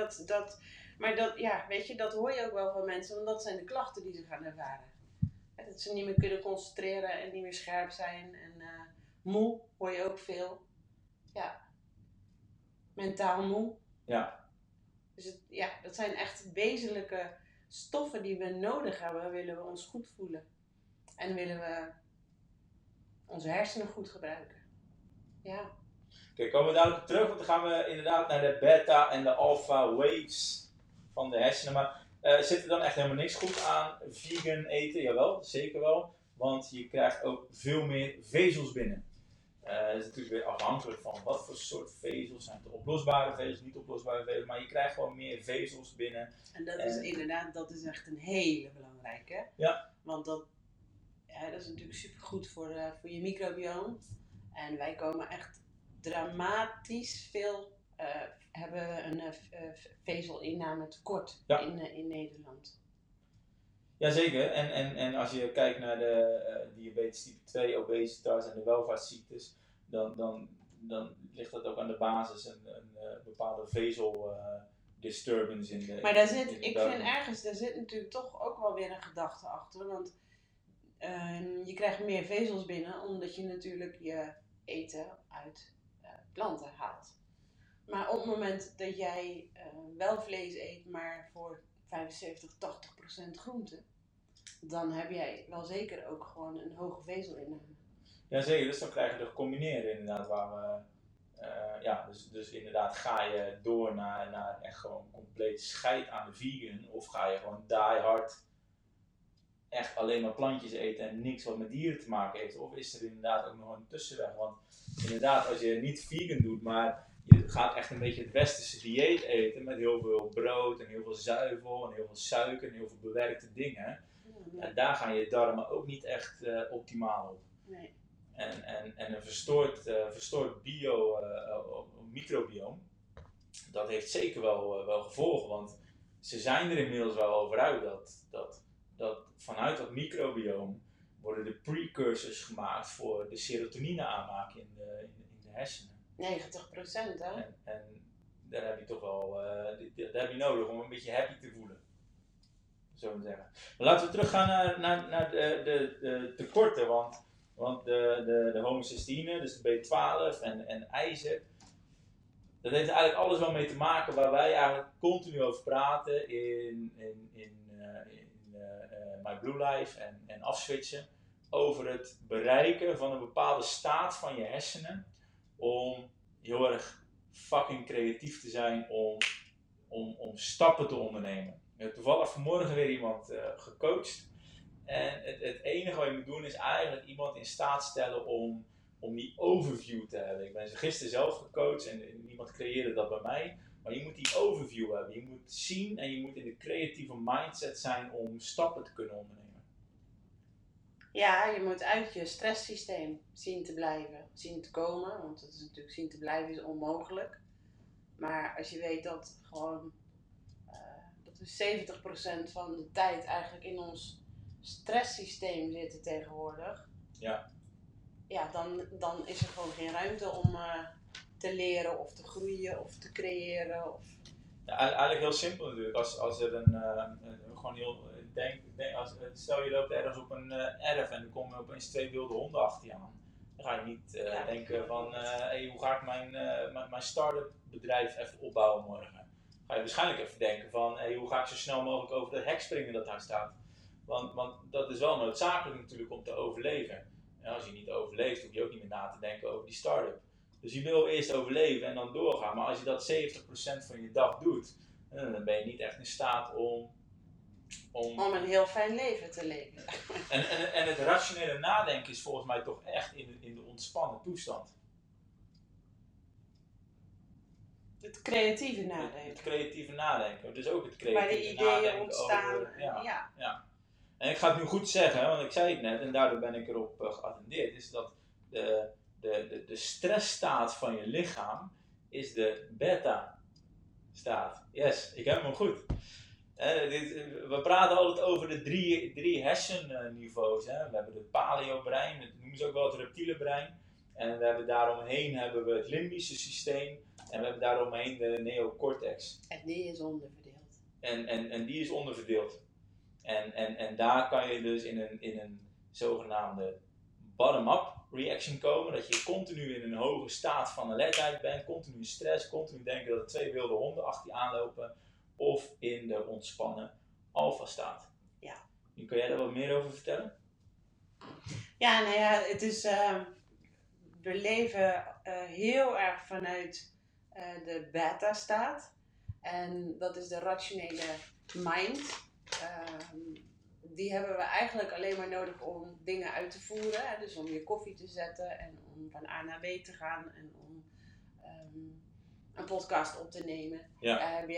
dat hoor je ook wel van mensen, want dat zijn de klachten die ze gaan ervaren. Dat ze niet meer kunnen concentreren en niet meer scherp zijn. En moe hoor je ook veel. Ja. Mentaal moe. Ja. Dus dat zijn echt wezenlijke stoffen die we nodig hebben, willen we ons goed voelen. En willen we onze hersenen goed gebruiken. Ja. Oké, komen we dadelijk op terug, want dan gaan we inderdaad naar de beta en de alpha waves van de hersenen. Maar zit er dan echt helemaal niks goed aan vegan eten? Jawel, zeker wel. Want je krijgt ook veel meer vezels binnen. Dat is natuurlijk weer afhankelijk van wat voor soort vezels. Zijn het oplosbare vezels, niet oplosbare vezels. Maar je krijgt gewoon meer vezels binnen. En dat is inderdaad, dat is echt een hele belangrijke. Ja. Want dat is natuurlijk supergoed voor je microbioom. En wij komen echt dramatisch veel, hebben een vezelinname tekort in Nederland. Jazeker, en als je kijkt naar de diabetes type 2, obesitas en de welvaartsziektes, dan ligt dat ook aan de basis een bepaalde vezel disturbance in de. Maar daar zit natuurlijk toch ook wel weer een gedachte achter, want je krijgt meer vezels binnen omdat je natuurlijk je eten uit planten haalt. Maar op het moment dat jij wel vlees eet, maar voor 75-80% groente, dan heb jij wel zeker ook gewoon een hoge vezelinname. Jazeker, dus dan krijg je de combineren inderdaad waar we... dus inderdaad ga je door naar echt gewoon compleet scheid aan de vegan, of ga je gewoon die hard echt alleen maar plantjes eten en niks wat met dieren te maken heeft, of is er inderdaad ook nog een tussenweg, want inderdaad als je niet vegan doet, maar je gaat echt een beetje het westerse dieet eten met heel veel brood en heel veel zuivel en heel veel suiker en heel veel bewerkte dingen, daar gaan je darmen ook niet echt optimaal op. Nee. En een verstoord microbioom, dat heeft zeker wel gevolgen, want ze zijn er inmiddels wel over uit dat vanuit dat microbioom worden de precursors gemaakt voor de serotonine aanmaak in de hersenen. 90%, hè? En daar heb je toch wel, dat heb je nodig om een beetje happy te voelen. Zo te zeggen. Maar laten we teruggaan naar de tekorten, want de homocysteïne, dus de B12 en ijzer, dat heeft eigenlijk alles wel mee te maken waar wij eigenlijk continu over praten in My Blue Life en afswitchen, over het bereiken van een bepaalde staat van je hersenen om heel erg fucking creatief te zijn om stappen te ondernemen. Ik heb toevallig vanmorgen weer iemand gecoacht. En het enige wat je moet doen is eigenlijk iemand in staat stellen om die overview te hebben. Ik ben ze gisteren zelf gecoacht en iemand creëerde dat bij mij. Maar je moet die overview hebben. Je moet zien en je moet in de creatieve mindset zijn om stappen te kunnen ondernemen. Ja, je moet uit je stresssysteem zien te blijven, zien te komen. Want het is natuurlijk zien te blijven is onmogelijk. Maar als je weet dat gewoon dat we 70% van de tijd eigenlijk in ons stresssysteem zitten tegenwoordig. Ja. Ja, dan is er gewoon geen ruimte om te leren of te groeien of te creëren. Of... Ja, eigenlijk heel simpel natuurlijk. Als er gewoon heel stel je loopt ergens op een erf en er komen opeens 2 wilde honden achter je aan. Dan ga je niet denken van hoe ga ik mijn start-up bedrijf even opbouwen morgen. Ga je waarschijnlijk even denken van hoe ga ik zo snel mogelijk over dat hek springen dat daar staat. Want dat is wel noodzakelijk natuurlijk om te overleven. En als je niet overleeft, hoef je ook niet meer na te denken over die start-up. Dus je wil eerst overleven en dan doorgaan. Maar als je dat 70% van je dag doet, dan ben je niet echt in staat om een heel fijn leven te leven. En het rationele nadenken is volgens mij toch echt in de ontspannen toestand. Het creatieve nadenken. Het creatieve nadenken. Dus ook het creatieve nadenken. Waar de ideeën ontstaan. Over, ja. En ik ga het nu goed zeggen, want ik zei het net en daardoor ben ik erop geattendeerd. Is dat de stressstaat van je lichaam is de beta-staat. Yes, ik heb hem goed. We praten altijd over de drie hersenniveaus. Hè. We hebben het paleo-brein, dat noemen ze ook wel het reptiele brein. En we hebben daaromheen het limbische systeem. En we hebben daaromheen de neocortex. En die is onderverdeeld. En die is onderverdeeld. En daar kan je dus in een zogenaamde bottom-up reaction komen. Dat je continu in een hoge staat van alertheid bent. Continu stress, continu denken dat er 2 wilde honden achter je aanlopen. Of in de ontspannen alpha staat. Ja. Kun jij daar wat meer over vertellen? Ja, nou ja, het is... we leven heel erg vanuit de beta-staat. En dat is de rationele mind. Die hebben we eigenlijk alleen maar nodig om dingen uit te voeren. Hè? Dus om je koffie te zetten en om van A naar B te gaan en om een podcast op te nemen. Ja.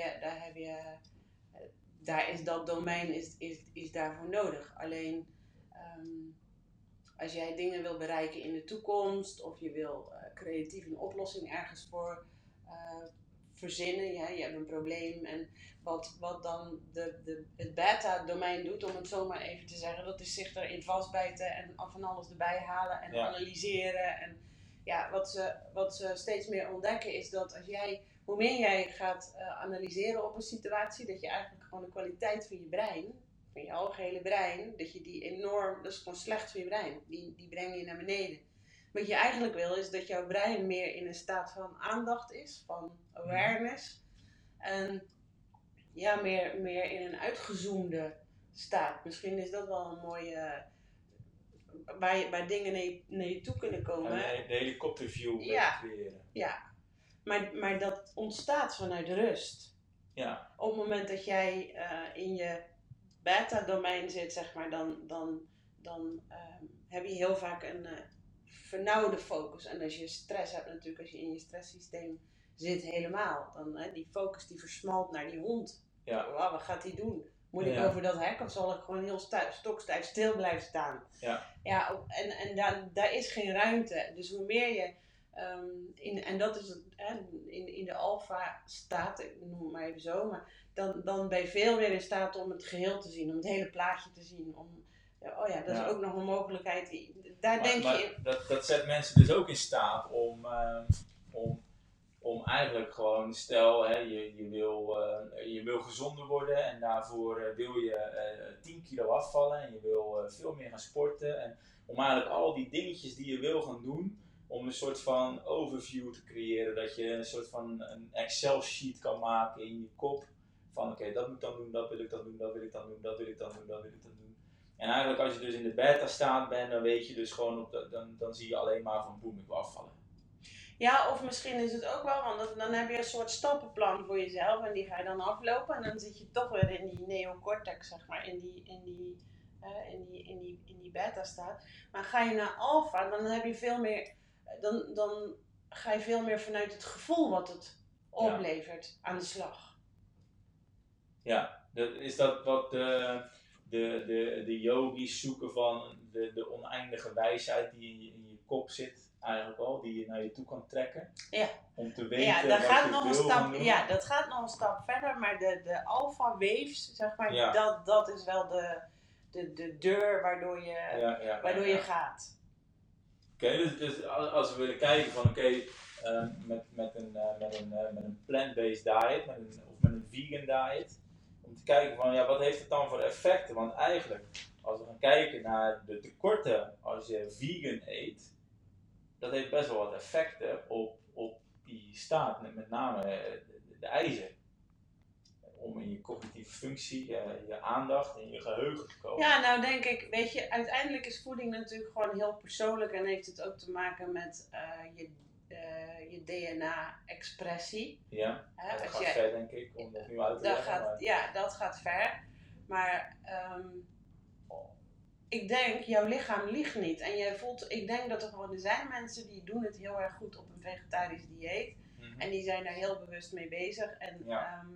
Daar is dat domein is daarvoor nodig. Alleen als jij dingen wil bereiken in de toekomst of je wil creatief een oplossing ergens voor verzinnen, ja, je hebt een probleem en wat dan het beta-domein doet, om het zo maar even te zeggen, dat is zich erin vastbijten en van alles erbij halen en analyseren. En ja, wat ze steeds meer ontdekken is dat hoe meer jij gaat analyseren op een situatie, dat je eigenlijk gewoon de kwaliteit van je brein, van je algehele brein, dat je die enorm, dat is gewoon slecht voor je brein, die breng je naar beneden. Wat je eigenlijk wil is dat jouw brein meer in een staat van aandacht is, van awareness. En ja, meer in een uitgezoomde staat. Misschien is dat wel een mooie, waar dingen naar je toe kunnen komen. En de helikopterview creëren. Ja, maar dat ontstaat vanuit rust. Ja. Op het moment dat jij in je beta-domein zit, zeg maar, dan heb je heel vaak een vernauwde focus. En als je stress hebt natuurlijk, als je in je stresssysteem zit helemaal, dan die focus die versmalt naar die hond. Ja. Wow, wat gaat hij doen? Moet ik over dat hek of zal ik gewoon heel stokstijf stil blijven staan? Ja, en daar is geen ruimte. Dus hoe meer je en dat is in de alfa staat, ik noem het maar even zo, maar dan ben je veel meer in staat om het geheel te zien, om het hele plaatje te zien. Dat is ook nog een mogelijkheid. Dat zet mensen dus ook in staat om eigenlijk gewoon, stel je wil gezonder worden en daarvoor wil je 10 kilo afvallen en je wil veel meer gaan sporten. En om eigenlijk al die dingetjes die je wil gaan doen, om een soort van overview te creëren, dat je een soort van een Excel sheet kan maken in je kop. Van oké, dat moet ik dan doen, dat wil ik dan doen, dat wil ik dan doen, dat wil ik dan doen, dat wil ik dan doen. En eigenlijk als je dus in de beta staat bent, dan weet je dus gewoon, dan zie je alleen maar van boem, ik wil afvallen. Ja, of misschien is het ook wel, want dan heb je een soort stappenplan voor jezelf en die ga je dan aflopen en dan zit je toch weer in die neocortex, zeg maar, in die beta staat. Maar ga je naar alpha, dan heb je veel meer, dan ga je veel meer vanuit het gevoel wat het oplevert aan de slag. Ja, is dat wat de yogis zoeken van de oneindige wijsheid die in je kop zit? Eigenlijk al, die je naar je toe kan trekken. Ja. Om te weten wat je wil gaan doen. Ja, dat gaat nog een stap verder, maar de alpha waves, zeg maar, dat is wel de deur waardoor je gaat. Oké, dus als we willen kijken van met een plant-based diet, of met een vegan diet, om te kijken van wat heeft het dan voor effecten? Want eigenlijk, als we gaan kijken naar de tekorten als je vegan eet, dat heeft best wel wat effecten op die staat, met name de ijzer. Om in je cognitieve functie, je aandacht en je geheugen te komen. Ja, nou denk ik, weet je, uiteindelijk is voeding natuurlijk gewoon heel persoonlijk en heeft het ook te maken met je DNA-expressie. Ja, dat gaat ver denk ik, om dat nu uit te leggen. Ja, dat gaat ver. Maar ik denk, jouw lichaam liegt niet. En ik denk dat er zijn mensen die doen het heel erg goed op een vegetarisch dieet. Mm-hmm. En die zijn daar heel bewust mee bezig. En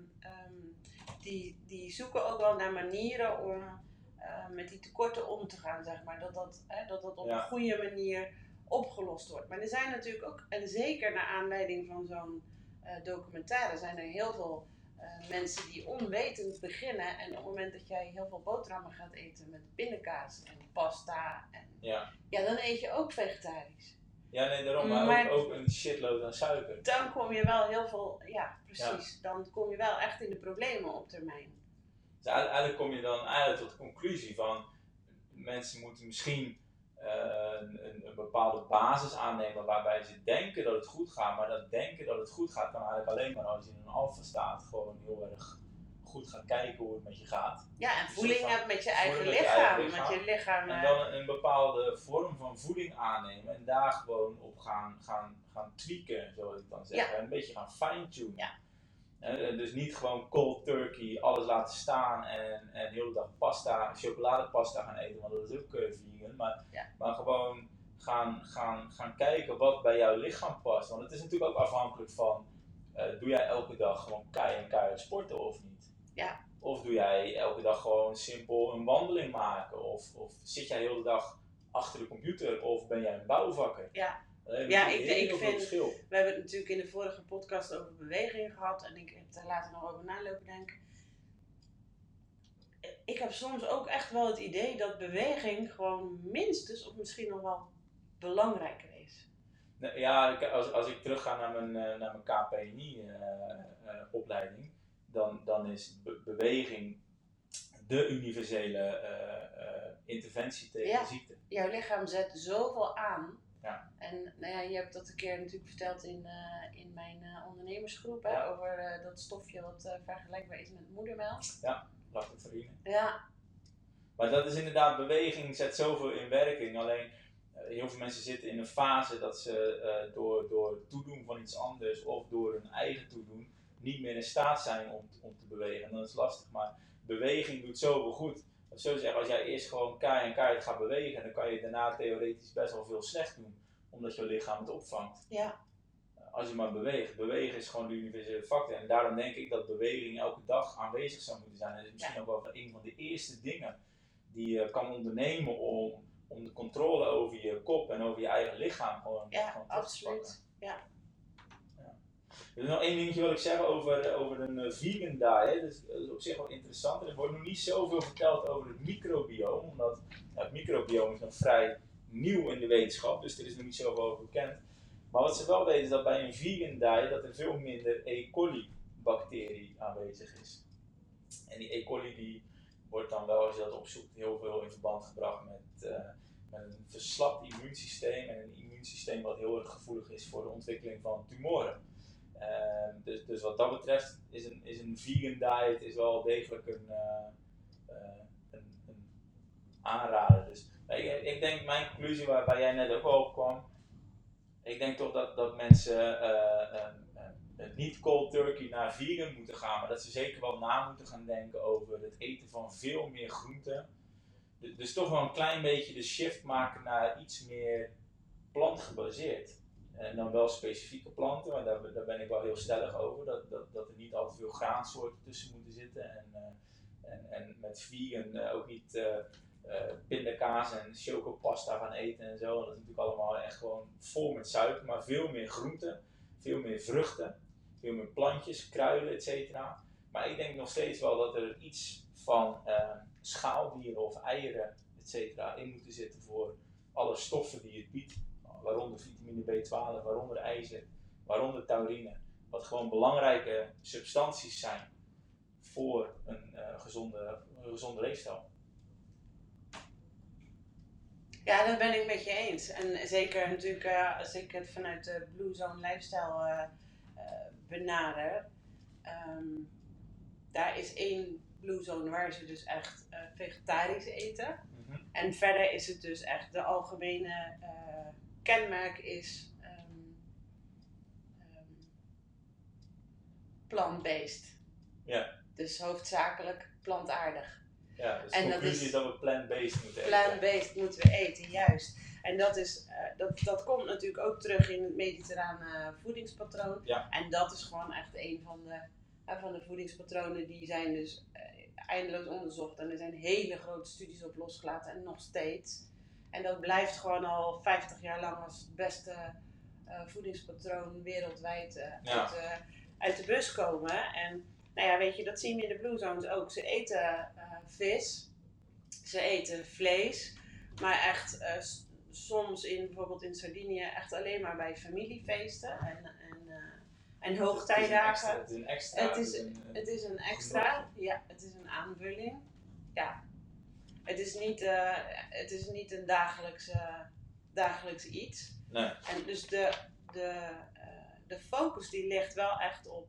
die zoeken ook wel naar manieren om met die tekorten om te gaan, zeg maar. Dat op een goede manier opgelost wordt. Maar er zijn natuurlijk ook, en zeker naar aanleiding van zo'n documentaire, zijn er heel veel mensen die onwetend beginnen. En op het moment dat jij heel veel boterhammen gaat eten met pindakaas en pasta, dan eet je ook vegetarisch. Ja, nee, daarom, maar ook een shitload aan suiker. Dan kom je wel heel veel, precies. Ja. Dan kom je wel echt in de problemen op termijn. Dus eigenlijk kom je dan tot de conclusie van, mensen moeten misschien een bepaalde basis aannemen waarbij ze denken dat het goed gaat, maar dat denken dat het goed gaat kan eigenlijk alleen maar als je in een alfa staat gewoon heel erg goed gaat kijken hoe het met je gaat. Ja, en voeling hebt met je eigen lichaam. Met je lichaam en dan een bepaalde vorm van voeding aannemen en daar gewoon op gaan tweaken, zoals ik dan zeg. En een beetje gaan fine-tunen. Ja. Dus niet gewoon cold turkey, alles laten staan en de hele dag chocoladepasta gaan eten, want dat is ook vegan. Maar gewoon gaan kijken wat bij jouw lichaam past. Want het is natuurlijk ook afhankelijk van, doe jij elke dag gewoon keihard sporten of niet? Ja. Of doe jij elke dag gewoon simpel een wandeling maken? Of zit jij de hele dag achter de computer of ben jij een bouwvakker? Ja. Ik vind, we hebben het natuurlijk in de vorige podcast over beweging gehad en ik heb daar later nog over nalopen denken. Ik heb soms ook echt wel het idee dat beweging gewoon minstens of misschien nog wel belangrijker is. Ja, als ik terug ga naar mijn KPNI opleiding, dan is beweging de universele interventie tegen de ziekte. Jouw lichaam zet zoveel aan. Ja. En je hebt dat een keer natuurlijk verteld in mijn ondernemersgroep, over dat stofje wat vergelijkbaar is met moedermelk. Ja, lactoferrine. Ja, Maar dat is inderdaad, beweging zet zoveel in werking. Alleen heel veel mensen zitten in een fase dat ze door het toedoen van iets anders of door hun eigen toedoen niet meer in staat zijn om te bewegen. En dat is lastig, maar beweging doet zoveel goed. Zo zeggen, als jij eerst gewoon keihard gaat bewegen, dan kan je daarna theoretisch best wel veel slecht doen, omdat je lichaam het opvangt. Ja. Als je maar beweegt. Bewegen is gewoon de universele factor. En daarom denk ik dat beweging elke dag aanwezig zou moeten zijn. En dat is misschien ook wel een van de eerste dingen die je kan ondernemen om de controle over je kop en over je eigen lichaam gewoon absoluut. Ja. Er is nog één dingetje wat ik zeggen over een vegan diet. Dat is op zich wel interessant. Er wordt nog niet zoveel verteld over het microbioom, omdat het microbioom is nog vrij nieuw in de wetenschap, dus er is nog niet zoveel over bekend. Maar wat ze wel weten is dat bij een vegan diet dat er veel minder E. coli bacterie aanwezig is. En die E. coli die wordt dan wel, als je dat opzoekt, heel veel in verband gebracht met een verslapt immuunsysteem en een immuunsysteem wat heel erg gevoelig is voor de ontwikkeling van tumoren. Dus wat dat betreft is een vegan diet is wel degelijk een aanrader. Dus ik denk, mijn conclusie waar jij net ook al op kwam, ik denk toch dat mensen niet cold turkey naar vegan moeten gaan, maar dat ze zeker wel na moeten gaan denken over het eten van veel meer groenten. Dus toch wel een klein beetje de shift maken naar iets meer plantgebaseerd. En dan wel specifieke planten, maar daar ben ik wel heel stellig over, dat er niet al te veel graansoorten tussen moeten zitten. En met vegan ook niet pindakaas en chocopasta gaan eten en zo. Dat is natuurlijk allemaal echt gewoon vol met suiker, maar veel meer groenten, veel meer vruchten, veel meer plantjes, kruiden, etc. Maar ik denk nog steeds wel dat er iets van schaaldieren of eieren, etc. in moeten zitten voor alle stoffen die het biedt. Waaronder vitamine B12, waaronder ijzer, waaronder taurine. Wat gewoon belangrijke substanties zijn voor een gezonde leefstijl. Ja, dat ben ik met je eens. En zeker natuurlijk als ik het vanuit de Blue Zone Lifestyle benader. Daar is één Blue Zone waar ze dus echt vegetarisch eten. Mm-hmm. En verder is het dus echt de algemene kenmerk is plant-based. Ja. Dus hoofdzakelijk plantaardig. Ja, dus de conclusie is dat we plant-based moeten eten. Plant-based moeten we eten, juist. En dat komt natuurlijk ook terug in het mediterrane voedingspatroon. Ja. En dat is gewoon echt een van de voedingspatronen die zijn dus eindeloos onderzocht. En er zijn hele grote studies op losgelaten en nog steeds. En dat blijft gewoon al 50 jaar lang als het beste voedingspatroon wereldwijd uit de bus komen. En nou ja, weet je, dat zien we in de Blue Zones ook. Ze eten vis, ze eten vlees, maar echt soms bijvoorbeeld in Sardinië echt alleen maar bij familiefeesten en hoogtijdagen. Het is een extra. Het is een extra, ja, het is een aanvulling. Ja. Het is niet een dagelijks iets. Nee. En dus de focus die ligt wel echt op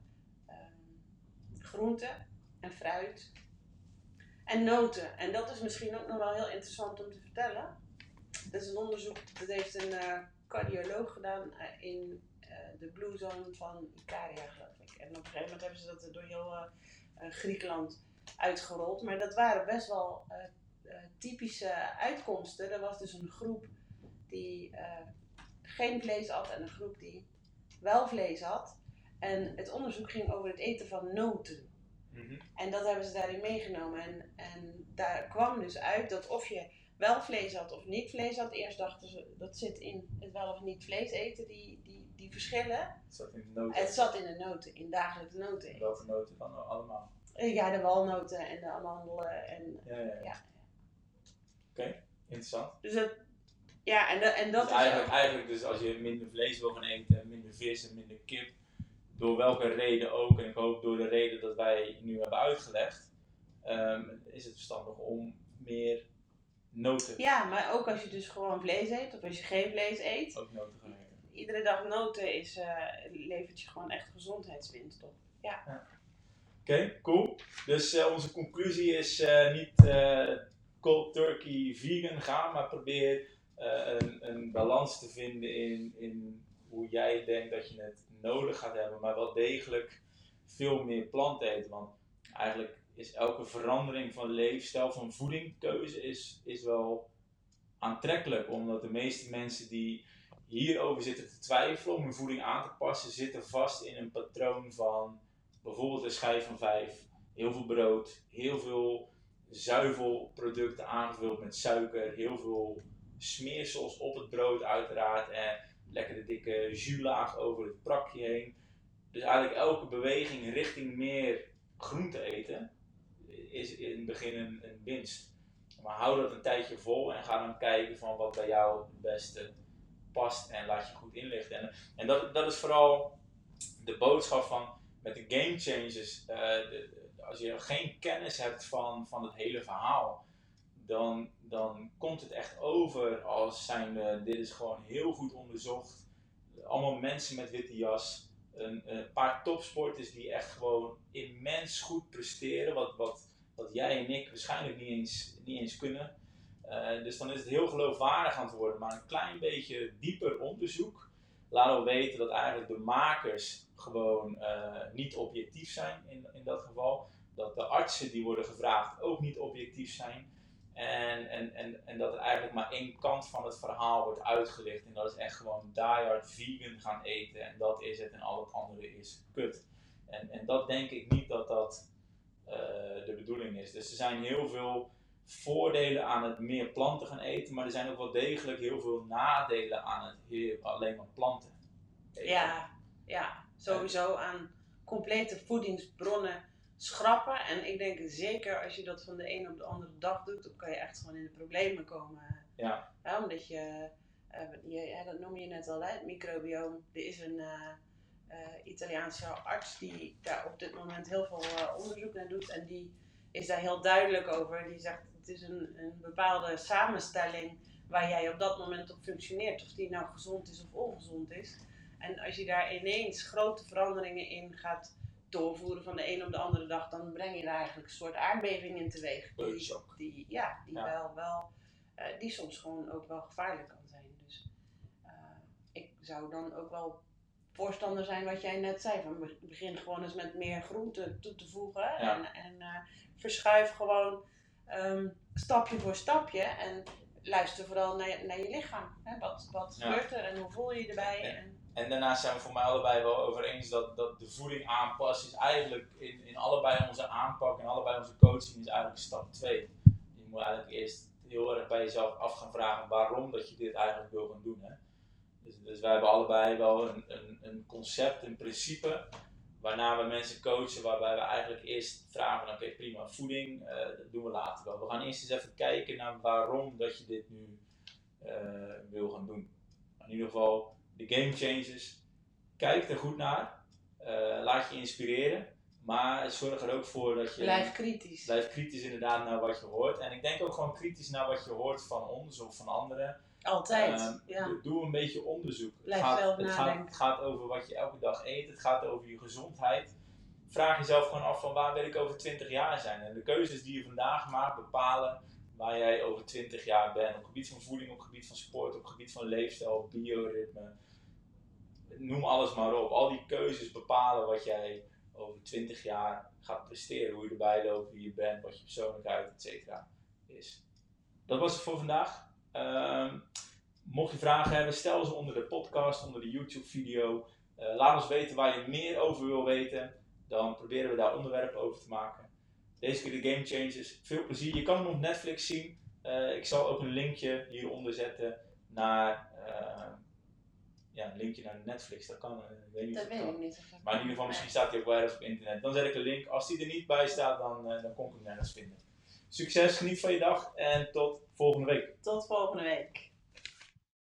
groenten en fruit en noten. En dat is misschien ook nog wel heel interessant om te vertellen. Dat is een onderzoek, dat heeft een cardioloog gedaan in de Blue Zone van Ikaria, geloof ik. En op een gegeven moment hebben ze dat door heel Griekenland uitgerold. Maar dat waren best wel typische uitkomsten. Er was dus een groep die geen vlees had en een groep die wel vlees had. En het onderzoek ging over het eten van noten. Mm-hmm. En dat hebben ze daarin meegenomen. En daar kwam dus uit dat of je wel vlees had of niet vlees had. Eerst dachten ze, dat zit in het wel of niet vlees eten, die verschillen. Het zat in de noten. Het zat in de noten, in dagelijkse noten eten. Welke noten dan allemaal? Ja, de walnoten en de amandelen. Ja. Oké, interessant. Dus dat, ja, en dat dus is eigenlijk dus als je minder vlees wil gaan eten, minder vis en minder kip, door welke reden ook, en ik hoop door de reden dat wij nu hebben uitgelegd, is het verstandig om meer noten. Ja, maar ook als je dus gewoon vlees eet, of als je geen vlees eet. Ook noten gaan eten. Iedere dag noten levert je gewoon echt gezondheidswinst op. Ja. Oké, cool. Dus onze conclusie is niet cold turkey vegan gaan, maar probeer een balans te vinden in hoe jij denkt dat je het nodig gaat hebben, maar wel degelijk veel meer planten eten. Want eigenlijk is elke verandering van leefstijl, van voedingkeuze, is wel aantrekkelijk. Omdat de meeste mensen die hierover zitten te twijfelen om hun voeding aan te passen, zitten vast in een patroon van bijvoorbeeld een schijf van 5, heel veel brood, heel veel zuivelproducten aangevuld met suiker, heel veel smeersels op het brood uiteraard en lekker de dikke jus-laag over het prakje heen. Dus eigenlijk elke beweging richting meer groente eten is in het begin een winst. Maar hou dat een tijdje vol en ga dan kijken van wat bij jou het beste past en laat je goed inlichten. En dat is vooral de boodschap van met de game changers. Als je geen kennis hebt van het hele verhaal, dan komt het echt over als zijnde, dit is gewoon heel goed onderzocht. Allemaal mensen met witte jas. Een paar topsporters die echt gewoon immens goed presteren, wat jij en ik waarschijnlijk niet eens kunnen. Dus dan is het heel geloofwaardig aan het worden, maar een klein beetje dieper onderzoek laat wel weten dat eigenlijk de makers gewoon niet objectief zijn in dat geval. Dat de artsen die worden gevraagd ook niet objectief zijn. En dat er eigenlijk maar één kant van het verhaal wordt uitgelicht. En dat is echt gewoon diehard vegan gaan eten. En dat is het en al het andere is kut. En dat denk ik niet dat de bedoeling is. Dus er zijn heel veel voordelen aan het meer planten gaan eten. Maar er zijn ook wel degelijk heel veel nadelen aan het alleen maar planten eten. Ja, sowieso aan complete voedingsbronnen schrappen. En ik denk zeker als je dat van de ene op de andere dag doet, dan kan je echt gewoon in de problemen komen. Ja. Omdat dat noem je net al, hè, het microbioom. Er is een Italiaanse arts die daar op dit moment heel veel onderzoek naar doet. En die is daar heel duidelijk over. Die zegt het is een bepaalde samenstelling waar jij op dat moment op functioneert. Of die nou gezond is of ongezond is. En als je daar ineens grote veranderingen in gaat doorvoeren van de een op de andere dag, dan breng je daar eigenlijk een soort aardbeving in teweeg. Die soms gewoon ook wel gevaarlijk kan zijn. Dus ik zou dan ook wel voorstander zijn wat jij net zei. Van begin gewoon eens met meer groenten toe te voegen. Ja. En verschuif gewoon stapje voor stapje. En luister vooral naar je lichaam. Hè? Wat gebeurt er en hoe voel je je erbij? Ja. En daarnaast zijn we voor mij allebei wel over eens dat de voeding aanpassen is eigenlijk in allebei onze aanpak en allebei onze coaching is eigenlijk stap 2. Je moet eigenlijk eerst heel erg bij jezelf af gaan vragen waarom dat je dit eigenlijk wil gaan doen. Hè? Dus wij hebben allebei wel een concept, een principe, waarna we mensen coachen, waarbij we eigenlijk eerst vragen van oké, prima, voeding, dat doen we later wel. We gaan eerst eens even kijken naar waarom dat je dit nu wil gaan doen. In ieder geval, de game changers, kijk er goed naar, laat je inspireren, maar zorg er ook voor dat je... Blijf kritisch. Blijf kritisch inderdaad naar wat je hoort. En ik denk ook gewoon kritisch naar wat je hoort van ons of van anderen. Altijd, Doe een beetje onderzoek. Blijf zelf nadenken. Het gaat over wat je elke dag eet, het gaat over je gezondheid. Vraag jezelf gewoon af van waar wil ik over 20 jaar zijn. En de keuzes die je vandaag maakt bepalen waar jij over 20 jaar bent. Op het gebied van voeding, op het gebied van sport, op het gebied van leefstijl, bioritme. Noem alles maar op. Al die keuzes bepalen wat jij over 20 jaar gaat presteren. Hoe je erbij loopt, wie je bent, wat je persoonlijkheid, etc. is. Dat was het voor vandaag. Mocht je vragen hebben, stel ze onder de podcast, onder de YouTube video. Laat ons weten waar je meer over wil weten. Dan proberen we daar onderwerpen over te maken. Deze keer de Game Changers. Veel plezier. Je kan hem op Netflix zien. Ik zal ook een linkje hieronder zetten naar... een linkje naar Netflix. Dat kan. Weet ik niet. Maar in ieder geval, misschien staat hij ook wel ergens op internet. Dan zet ik een link. Als die er niet bij staat, dan kon ik hem nergens vinden. Succes, geniet van je dag en tot volgende week. Tot volgende week.